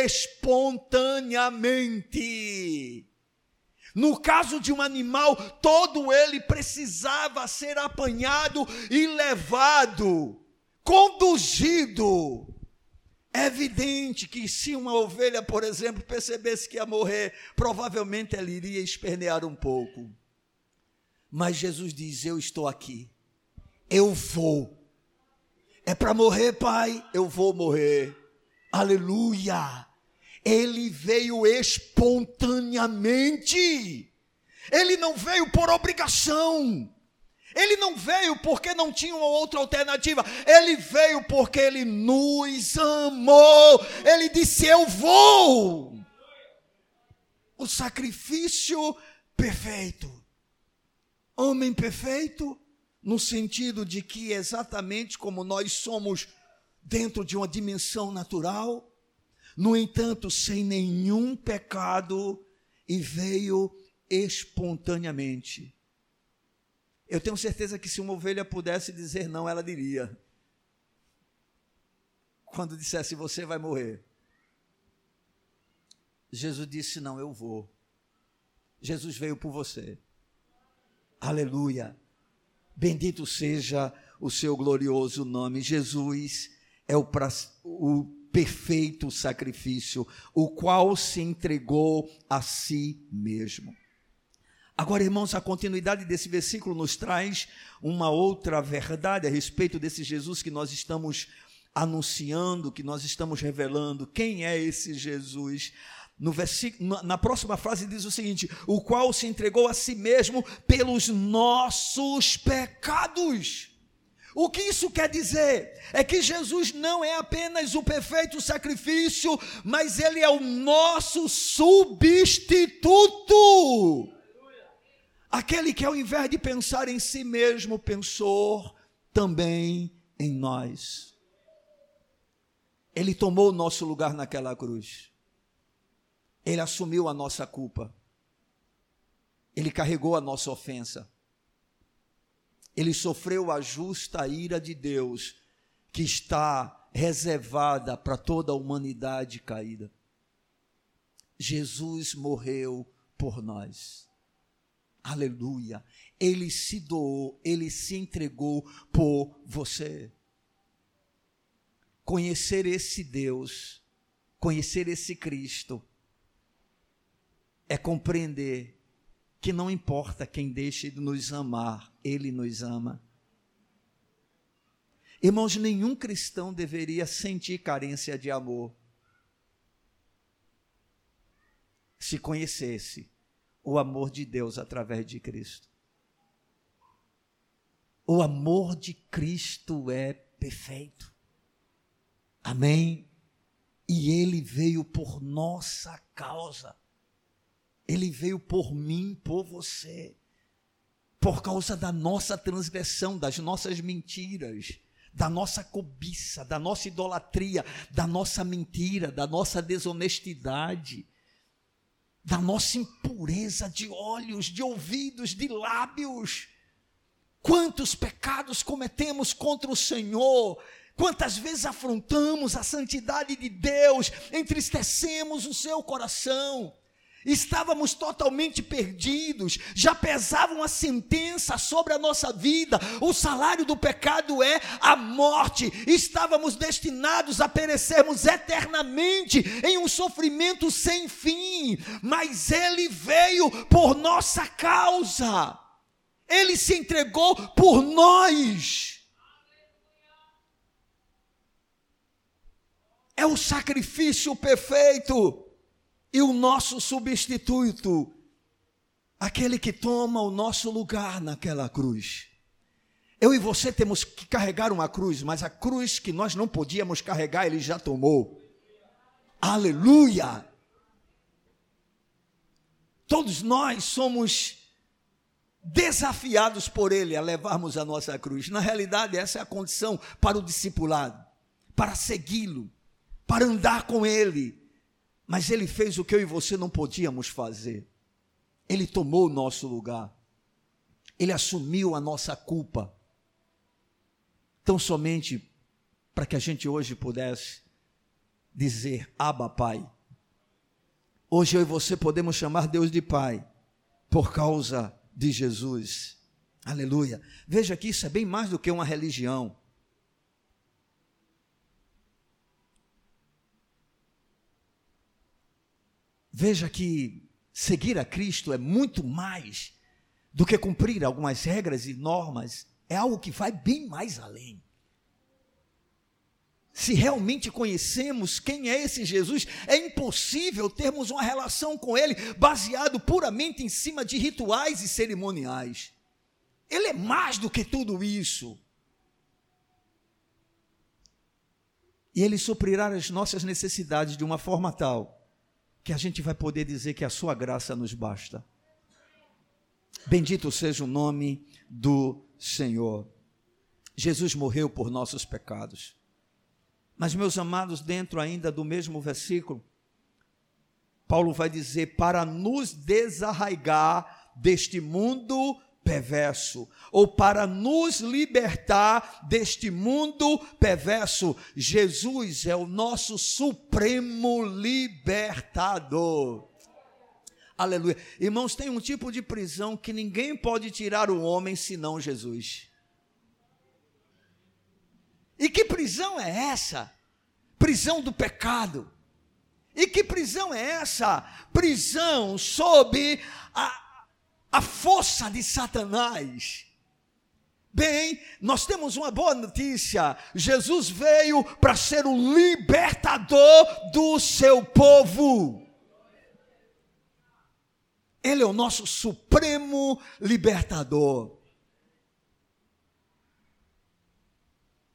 espontaneamente. No caso de um animal, todo ele precisava ser apanhado e levado, conduzido. É evidente que se uma ovelha, por exemplo, percebesse que ia morrer, provavelmente ela iria espernear um pouco. Mas Jesus diz: eu estou aqui, eu vou. É para morrer, Pai? Eu vou morrer. Aleluia! Ele veio espontaneamente. Ele não veio por obrigação. Ele não veio porque não tinha uma outra alternativa. Ele veio porque ele nos amou. Ele disse: eu vou. O sacrifício perfeito. Homem perfeito, no sentido de que exatamente como nós somos dentro de uma dimensão natural, no entanto, sem nenhum pecado, e veio espontaneamente. Eu tenho certeza que se uma ovelha pudesse dizer não, ela diria. Quando dissesse: você vai morrer. Jesus disse: não, eu vou. Jesus veio por você. Aleluia. Bendito seja o seu glorioso nome. Jesus é o perfeito sacrifício, o qual se entregou a si mesmo. Agora, irmãos, a continuidade desse versículo nos traz uma outra verdade a respeito desse Jesus que nós estamos anunciando, que nós estamos revelando. Quem é esse Jesus? No versículo, na próxima frase diz o seguinte: o qual se entregou a si mesmo pelos nossos pecados. O que isso quer dizer? É que Jesus não é apenas o perfeito sacrifício, mas ele é o nosso substituto. Aquele que ao invés de pensar em si mesmo, pensou também em nós. Ele tomou o nosso lugar naquela cruz. Ele assumiu a nossa culpa. Ele carregou a nossa ofensa. Ele sofreu a justa ira de Deus, que está reservada para toda a humanidade caída. Jesus morreu por nós. Aleluia. Ele se doou, ele se entregou por você. Conhecer esse Deus, conhecer esse Cristo, é compreender que não importa quem deixe de nos amar, Ele nos ama. Irmãos, nenhum cristão deveria sentir carência de amor se conhecesse o amor de Deus através de Cristo. O amor de Cristo é perfeito. Amém? E Ele veio por nossa causa. Ele veio por mim, por você, por causa da nossa transgressão, das nossas mentiras, da nossa cobiça, da nossa idolatria, da nossa mentira, da nossa desonestidade, da nossa impureza de olhos, de ouvidos, de lábios. Quantos pecados cometemos contra o Senhor, quantas vezes afrontamos a santidade de Deus, entristecemos o seu coração. Estávamos totalmente perdidos, já pesava uma sentença sobre a nossa vida, o salário do pecado é a morte, estávamos destinados a perecermos eternamente em um sofrimento sem fim, mas Ele veio por nossa causa, Ele se entregou por nós. É o sacrifício perfeito. E o nosso substituto, aquele que toma o nosso lugar naquela cruz. Eu e você temos que carregar uma cruz, mas a cruz que nós não podíamos carregar, Ele já tomou. Aleluia! Todos nós somos desafiados por Ele a levarmos a nossa cruz. Na realidade, essa é a condição para o discipulado, para segui-lo, para andar com Ele. Mas Ele fez o que eu e você não podíamos fazer. Ele tomou o nosso lugar. Ele assumiu a nossa culpa. Tão somente para que a gente hoje pudesse dizer, Abba, Pai. Hoje eu e você podemos chamar Deus de Pai, por causa de Jesus. Aleluia. Veja que isso é bem mais do que uma religião. Veja que seguir a Cristo é muito mais do que cumprir algumas regras e normas, é algo que vai bem mais além. Se realmente conhecemos quem é esse Jesus, é impossível termos uma relação com Ele baseado puramente em cima de rituais e cerimoniais. Ele é mais do que tudo isso. E Ele suprirá as nossas necessidades de uma forma tal que a gente vai poder dizer que a sua graça nos basta. Bendito seja o nome do Senhor. Jesus morreu por nossos pecados. Mas, meus amados, dentro ainda do mesmo versículo, Paulo vai dizer, para nos desarraigar deste mundo perverso, ou para nos libertar deste mundo perverso. Jesus é o nosso supremo libertador. Aleluia. Irmãos, tem um tipo de prisão que ninguém pode tirar o homem senão Jesus. E que prisão é essa? Prisão do pecado. E que prisão é essa? Prisão sob a força de Satanás. Bem, nós temos uma boa notícia. Jesus veio para ser o libertador do seu povo. Ele é o nosso supremo libertador.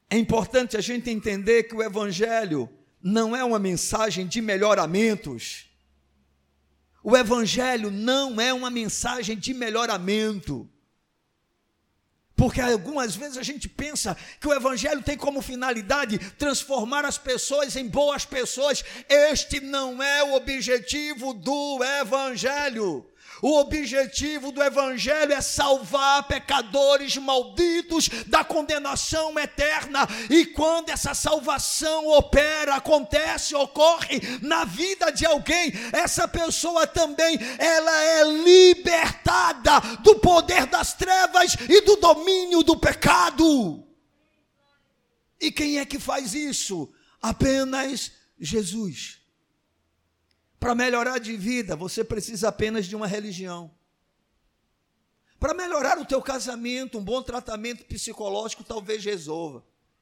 É importante a gente entender que o Evangelho não é uma mensagem de melhoramentos. O Evangelho não é uma mensagem de melhoramento. Porque algumas vezes a gente pensa que o Evangelho tem como finalidade transformar as pessoas em boas pessoas. Este não é o objetivo do Evangelho. O objetivo do Evangelho é salvar pecadores malditos da condenação eterna. E quando essa salvação opera, acontece, ocorre na vida de alguém, essa pessoa também, ela é libertada do poder das trevas e do domínio do pecado. E quem é que faz isso? Apenas Jesus. Para melhorar de vida, você precisa apenas de uma religião. Para melhorar o teu casamento, um bom tratamento psicológico talvez resolva.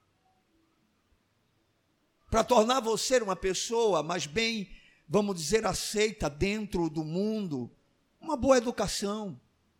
Para tornar você uma pessoa mais bem, vamos dizer, aceita dentro do mundo, uma boa educação.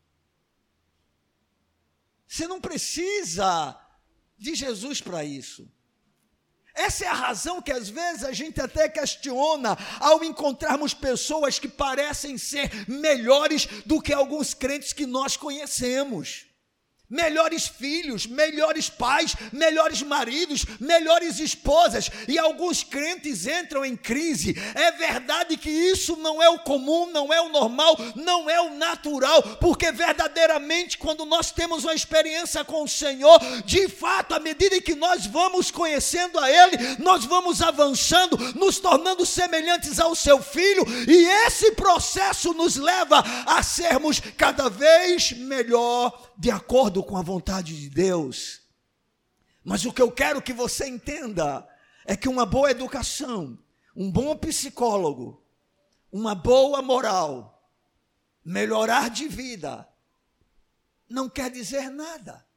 Você não precisa de Jesus para isso. Essa é a razão que às vezes a gente até questiona ao encontrarmos pessoas que parecem ser melhores do que alguns crentes que nós conhecemos. Melhores filhos, melhores pais, melhores maridos, melhores esposas, e alguns crentes entram em crise. É verdade que isso não é o comum, não é o normal, não é o natural, porque verdadeiramente quando nós temos uma experiência com o Senhor, de fato, à medida em que nós vamos conhecendo a Ele, nós vamos avançando, nos tornando semelhantes ao Seu Filho, e esse processo nos leva a sermos cada vez melhor de acordo com a vontade de Deus. Mas o que eu quero que você entenda é que uma boa educação, um bom psicólogo, uma boa moral, melhorar de vida, não quer dizer nada.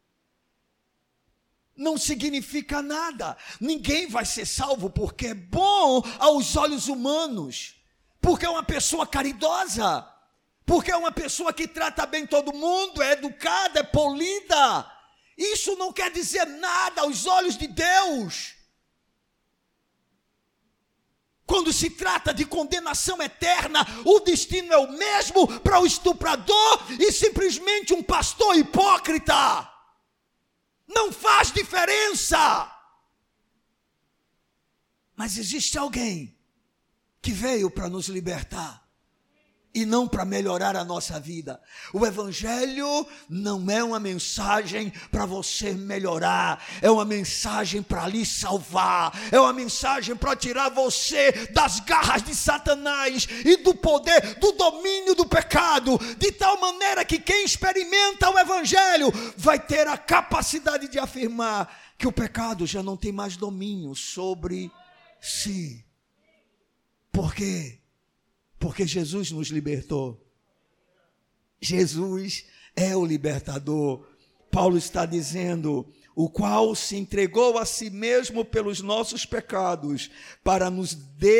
Não significa nada. Ninguém vai ser salvo porque é bom aos olhos humanos, porque é uma pessoa caridosa, porque é uma pessoa que trata bem todo mundo, é educada, é polida. Isso não quer dizer nada aos olhos de Deus. Quando se trata de condenação eterna, o destino é o mesmo para o estuprador e simplesmente um pastor hipócrita. Não faz diferença. Mas existe alguém que veio para nos libertar. E não para melhorar a nossa vida. O Evangelho não é uma mensagem para você melhorar, é uma mensagem para lhe salvar, é uma mensagem para tirar você das garras de Satanás e do poder, do domínio do pecado, de tal maneira que quem experimenta o Evangelho vai ter a capacidade de afirmar que o pecado já não tem mais domínio sobre si. Por quê? Porque Jesus nos libertou. Jesus é o libertador. Paulo está dizendo, o qual se entregou a si mesmo pelos nossos pecados, para nos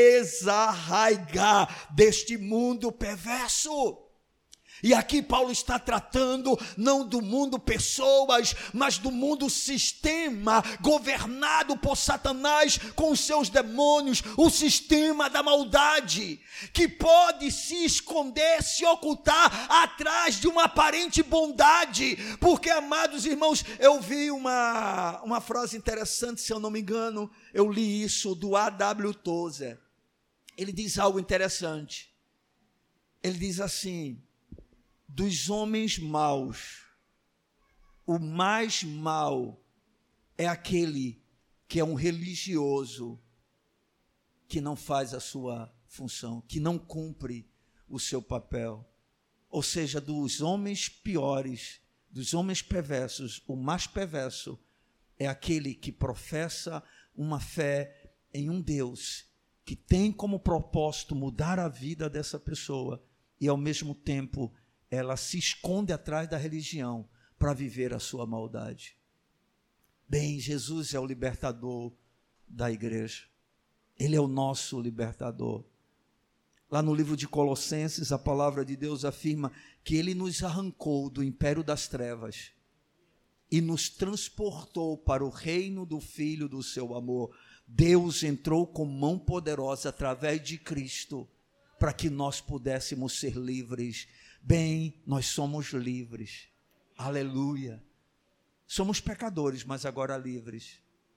desarraigar deste mundo perverso. E aqui Paulo está tratando não do mundo pessoas, mas do mundo sistema governado por Satanás com os seus demônios, o sistema da maldade, que pode se esconder, se ocultar atrás de uma aparente bondade. Porque, amados irmãos, eu vi uma frase interessante, se eu não me engano, eu li isso do A.W. Tozer. Ele diz algo interessante. Ele diz assim: dos homens maus, o mais mau é aquele que é um religioso, que não faz a sua função, que não cumpre o seu papel. Ou seja, dos homens piores, dos homens perversos, o mais perverso é aquele que professa uma fé em um Deus que tem como propósito mudar a vida dessa pessoa e, ao mesmo tempo, ela se esconde atrás da religião para viver a sua maldade. Bem, Jesus é o libertador da igreja. Ele é o nosso libertador. Lá no livro de Colossenses, a palavra de Deus afirma que Ele nos arrancou do império das trevas e nos transportou para o reino do Filho do seu amor. Deus entrou com mão poderosa através de Cristo para que nós pudéssemos ser livres. Bem, nós somos livres. Aleluia. Somos pecadores, mas agora livres.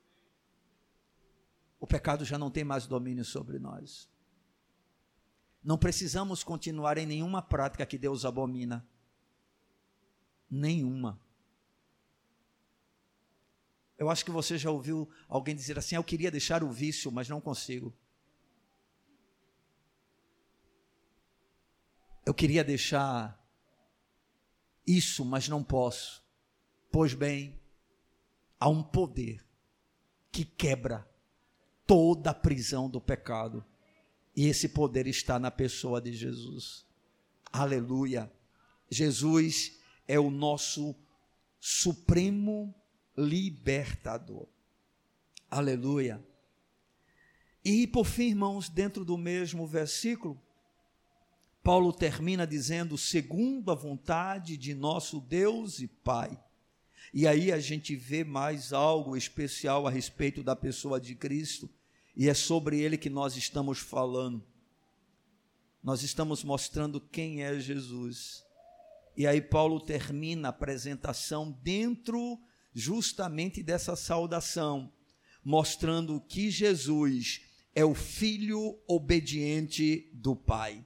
O pecado já não tem mais domínio sobre nós. Não precisamos continuar em nenhuma prática que Deus abomina. Nenhuma. Eu acho que você já ouviu alguém dizer assim: eu queria deixar o vício, mas não consigo. Eu queria deixar isso, mas não posso. Pois bem, há um poder que quebra toda a prisão do pecado. E esse poder está na pessoa de Jesus. Aleluia. Jesus é o nosso supremo libertador. Aleluia. E por fim, irmãos, dentro do mesmo versículo, Paulo termina dizendo: segundo a vontade de nosso Deus e Pai. E aí a gente vê mais algo especial a respeito da pessoa de Cristo, e é sobre ele que nós estamos falando. Nós estamos mostrando quem é Jesus. E aí Paulo termina a apresentação dentro justamente dessa saudação, mostrando que Jesus é o Filho obediente do Pai.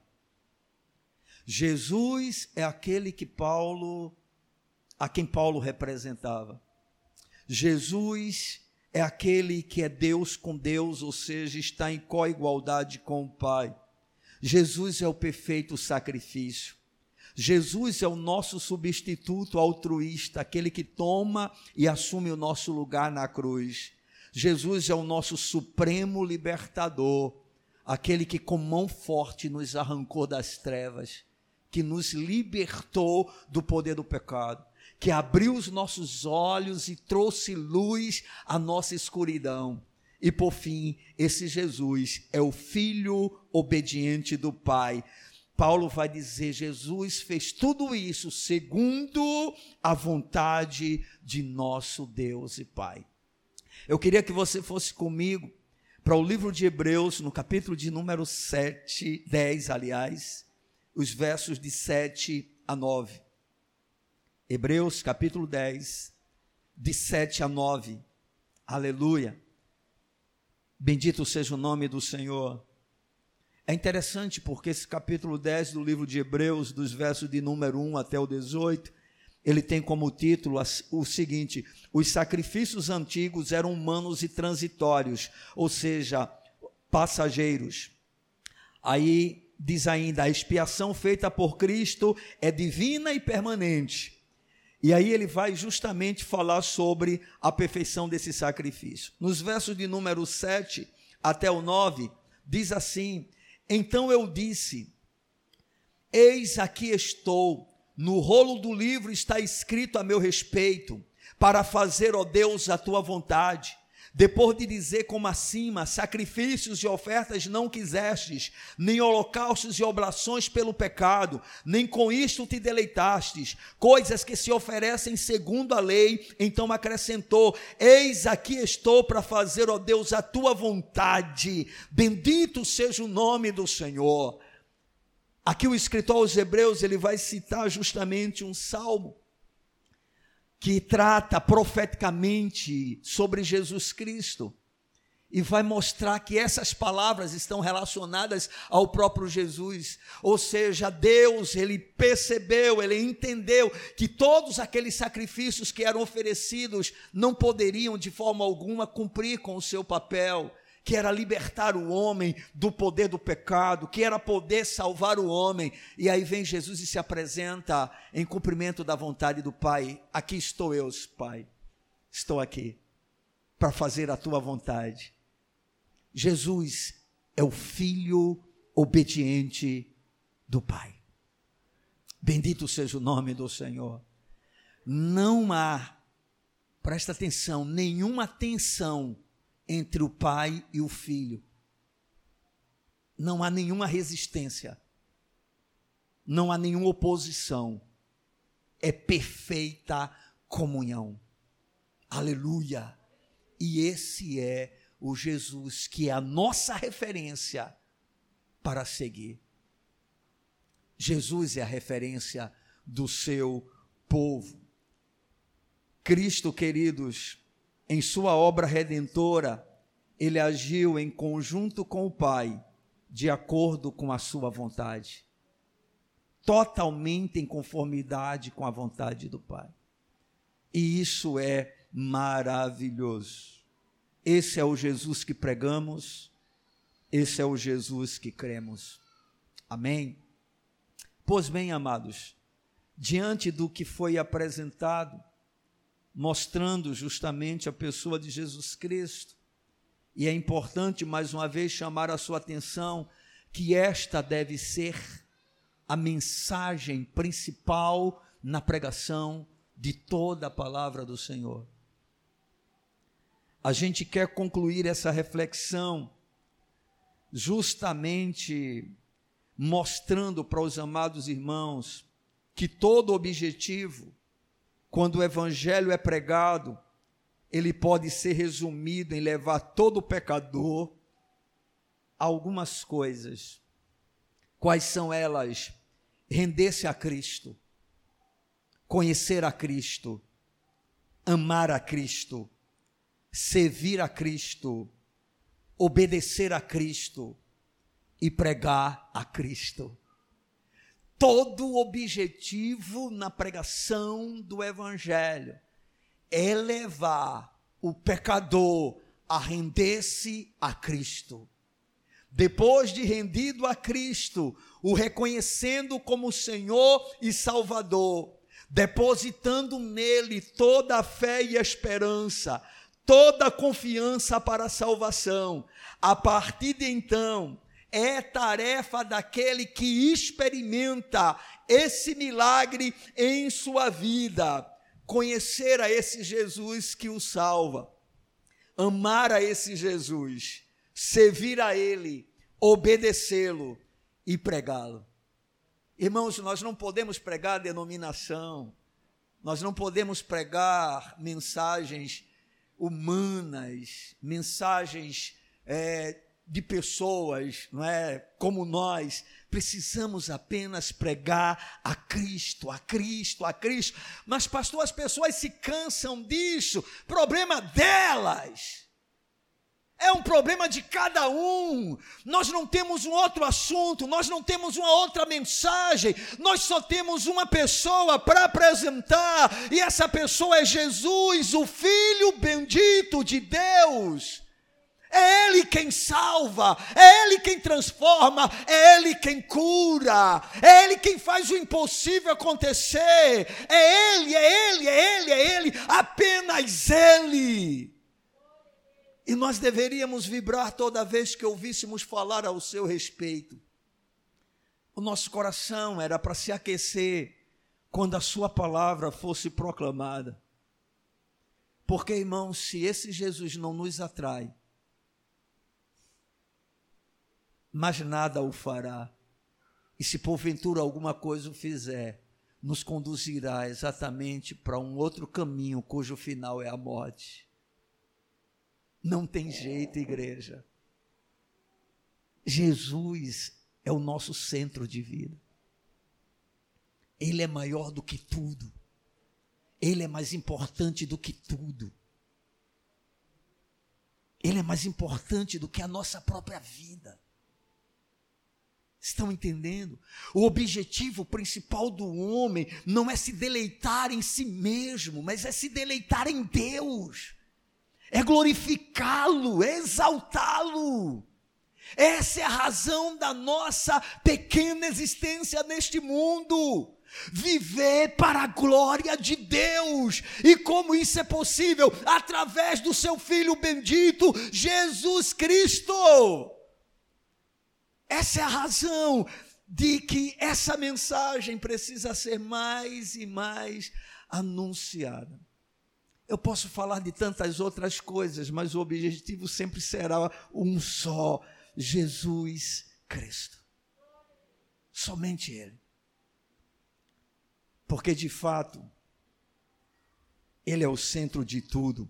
Jesus é aquele a quem Paulo representava. Jesus é aquele que é Deus com Deus, ou seja, está em coigualdade com o Pai. Jesus é o perfeito sacrifício. Jesus é o nosso substituto altruísta, aquele que toma e assume o nosso lugar na cruz. Jesus é o nosso supremo libertador, aquele que com mão forte nos arrancou das trevas, que nos libertou do poder do pecado, que abriu os nossos olhos e trouxe luz à nossa escuridão. E por fim, esse Jesus é o Filho obediente do Pai. Paulo vai dizer: Jesus fez tudo isso segundo a vontade de nosso Deus e Pai. Eu queria que você fosse comigo para o livro de Hebreus, no capítulo de número 10, os versos de 7 a 9. Hebreus capítulo 10, de 7 a 9. Aleluia. Bendito seja o nome do Senhor. É interessante porque esse capítulo 10 do livro de Hebreus, dos versos de número 1 até o 18, ele tem como título o seguinte: os sacrifícios antigos eram humanos e transitórios, ou seja, passageiros. Aí diz ainda: a expiação feita por Cristo é divina e permanente. E aí ele vai justamente falar sobre a perfeição desse sacrifício. Nos versos de número 7 até o 9, diz assim: então eu disse: eis aqui estou, no rolo do livro está escrito a meu respeito, para fazer, ó Deus, a tua vontade. Depois de dizer como acima: sacrifícios e ofertas não quisestes, nem holocaustos e oblações pelo pecado, nem com isto te deleitastes, coisas que se oferecem segundo a lei. Então acrescentou: eis aqui estou para fazer, ó Deus, a tua vontade. Bendito seja o nome do Senhor. Aqui o escritor aos Hebreus, ele vai citar justamente um salmo que trata profeticamente sobre Jesus Cristo, e vai mostrar que essas palavras estão relacionadas ao próprio Jesus. Ou seja, Deus, ele percebeu, ele entendeu que todos aqueles sacrifícios que eram oferecidos não poderiam de forma alguma cumprir com o seu papel, que era libertar o homem do poder do pecado, que era poder salvar o homem. E aí vem Jesus e se apresenta em cumprimento da vontade do Pai: aqui estou eu, Pai, estou aqui para fazer a tua vontade. Jesus é o Filho obediente do Pai. Bendito seja o nome do Senhor. Não há, presta atenção, nenhuma tensão entre o Pai e o Filho. Não há nenhuma resistência, não há nenhuma oposição. É perfeita comunhão. Aleluia! E esse é o Jesus que é a nossa referência para seguir. Jesus é a referência do seu povo. Cristo, queridos, em sua obra redentora, ele agiu em conjunto com o Pai, de acordo com a sua vontade, totalmente em conformidade com a vontade do Pai. E isso é maravilhoso. Esse é o Jesus que pregamos, esse é o Jesus que cremos. Amém? Pois bem, amados, diante do que foi apresentado, mostrando justamente a pessoa de Jesus Cristo, e é importante mais uma vez chamar a sua atenção que esta deve ser a mensagem principal na pregação de toda a palavra do Senhor. A gente quer concluir essa reflexão justamente mostrando para os amados irmãos que todo objetivo, quando o evangelho é pregado, ele pode ser resumido em levar todo pecador a algumas coisas. Quais são elas? Render-se a Cristo, conhecer a Cristo, amar a Cristo, servir a Cristo, obedecer a Cristo e pregar a Cristo. Todo o objetivo na pregação do evangelho é levar o pecador a render-se a Cristo. Depois de rendido a Cristo, o reconhecendo como Senhor e Salvador, depositando nele toda a fé e esperança, toda a confiança para a salvação, a partir de então, é tarefa daquele que experimenta esse milagre em sua vida, conhecer a esse Jesus que o salva, amar a esse Jesus, servir a ele, obedecê-lo e pregá-lo. Irmãos, nós não podemos pregar denominação, nós não podemos pregar mensagens humanas, mensagens de pessoas, não é, como nós. Precisamos apenas pregar a Cristo, a Cristo, a Cristo. Mas, pastor, as pessoas se cansam disso. Problema delas. É um problema de cada um. Nós não temos um outro assunto, nós não temos uma outra mensagem, nós só temos uma pessoa para apresentar, e essa pessoa é Jesus, o Filho bendito de Deus. É Ele quem salva, é Ele quem transforma, é Ele quem cura, é Ele quem faz o impossível acontecer, é Ele, é Ele, é Ele, é Ele, apenas Ele. E nós deveríamos vibrar toda vez que ouvíssemos falar ao seu respeito. O nosso coração era para se aquecer quando a sua palavra fosse proclamada. Porque, irmãos, se esse Jesus não nos atrai, mas nada o fará. E se porventura alguma coisa o fizer, nos conduzirá exatamente para um outro caminho, cujo final é a morte. Não tem jeito, igreja. Jesus é o nosso centro de vida. Ele é maior do que tudo. Ele é mais importante do que tudo. Ele é mais importante do que a nossa própria vida. Estão entendendo? O objetivo principal do homem não é se deleitar em si mesmo, mas é se deleitar em Deus. É glorificá-lo, é exaltá-lo. Essa é a razão da nossa pequena existência neste mundo. Viver para a glória de Deus. E como isso é possível? Através do seu Filho bendito, Jesus Cristo. Essa é a razão de que essa mensagem precisa ser mais e mais anunciada. Eu posso falar de tantas outras coisas, mas o objetivo sempre será um só: Jesus Cristo. Somente Ele. Porque, de fato, Ele é o centro de tudo.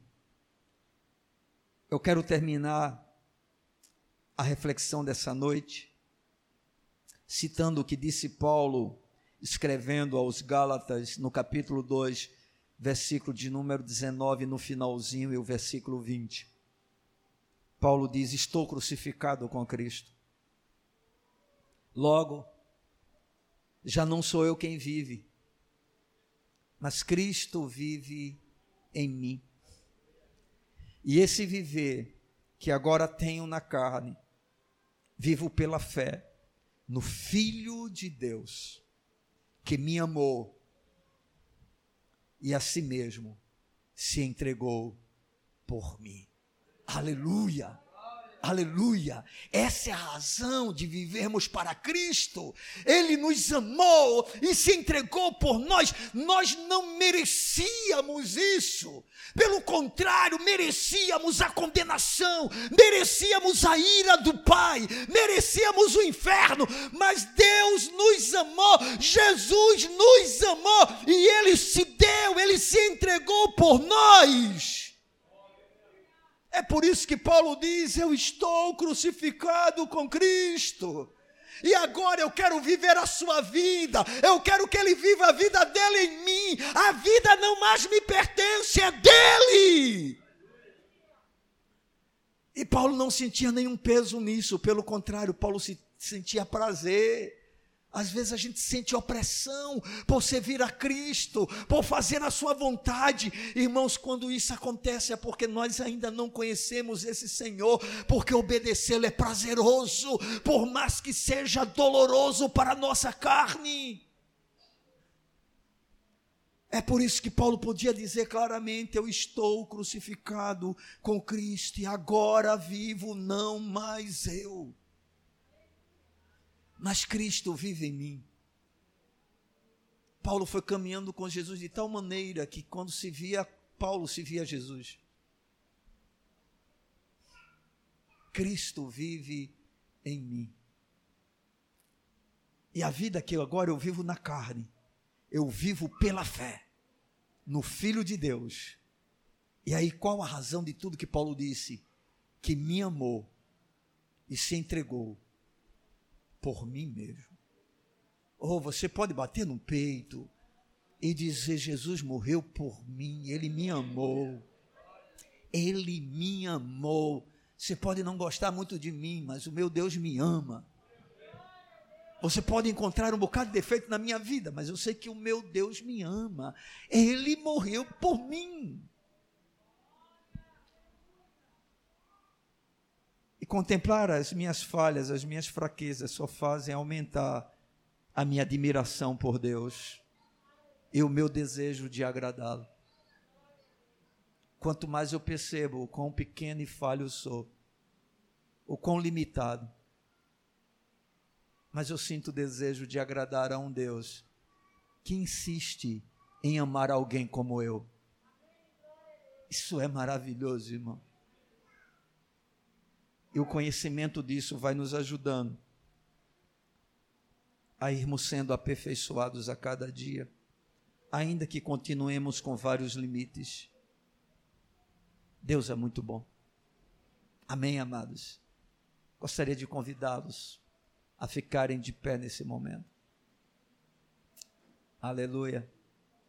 Eu quero terminar a reflexão dessa noite citando o que disse Paulo, escrevendo aos Gálatas, no capítulo 2, versículo de número 19, no finalzinho, e o versículo 20. Paulo diz: estou crucificado com Cristo. Logo, já não sou eu quem vive, mas Cristo vive em mim. E esse viver que agora tenho na carne, vivo pela fé no Filho de Deus, que me amou e a si mesmo se entregou por mim. Aleluia! Aleluia! Essa é a razão de vivermos para Cristo. Ele nos amou e se entregou por nós. Nós não merecíamos isso. Pelo contrário, merecíamos a condenação, merecíamos a ira do Pai, merecíamos o inferno, mas Deus nos amou, Jesus nos amou e Ele se deu, Ele se entregou por nós. É por isso que Paulo diz: eu estou crucificado com Cristo, e agora eu quero viver a sua vida, eu quero que Ele viva a vida dele em mim, a vida não mais me pertence, é dele. E Paulo não sentia nenhum peso nisso, pelo contrário, Paulo sentia prazer. Às vezes a gente sente opressão por servir a Cristo, por fazer a sua vontade. Irmãos, quando isso acontece é porque nós ainda não conhecemos esse Senhor, porque obedecê-lo é prazeroso, por mais que seja doloroso para a nossa carne. É por isso que Paulo podia dizer claramente: eu estou crucificado com Cristo e agora vivo não mais eu, mas Cristo vive em mim. Paulo foi caminhando com Jesus de tal maneira que quando se via Paulo, se via Jesus. Cristo vive em mim. E a vida que agora eu vivo na carne, eu vivo pela fé no Filho de Deus. E aí qual a razão de tudo que Paulo disse? Que me amou e se entregou por mim mesmo. Ou você pode bater no peito e dizer: Jesus morreu por mim, Ele me amou. Ele me amou. Você pode não gostar muito de mim, mas o meu Deus me ama. Você pode encontrar um bocado de defeito na minha vida, mas eu sei que o meu Deus me ama. Ele morreu por mim. E contemplar as minhas falhas, as minhas fraquezas, só fazem aumentar a minha admiração por Deus e o meu desejo de agradá-lo. Quanto mais eu percebo o quão pequeno e falho eu sou, o quão limitado, mas eu sinto o desejo de agradar a um Deus que insiste em amar alguém como eu. Isso é maravilhoso, irmão. E o conhecimento disso vai nos ajudando a irmos sendo aperfeiçoados a cada dia, ainda que continuemos com vários limites. Deus é muito bom. Amém, amados? Gostaria de convidá-los a ficarem de pé nesse momento. Aleluia.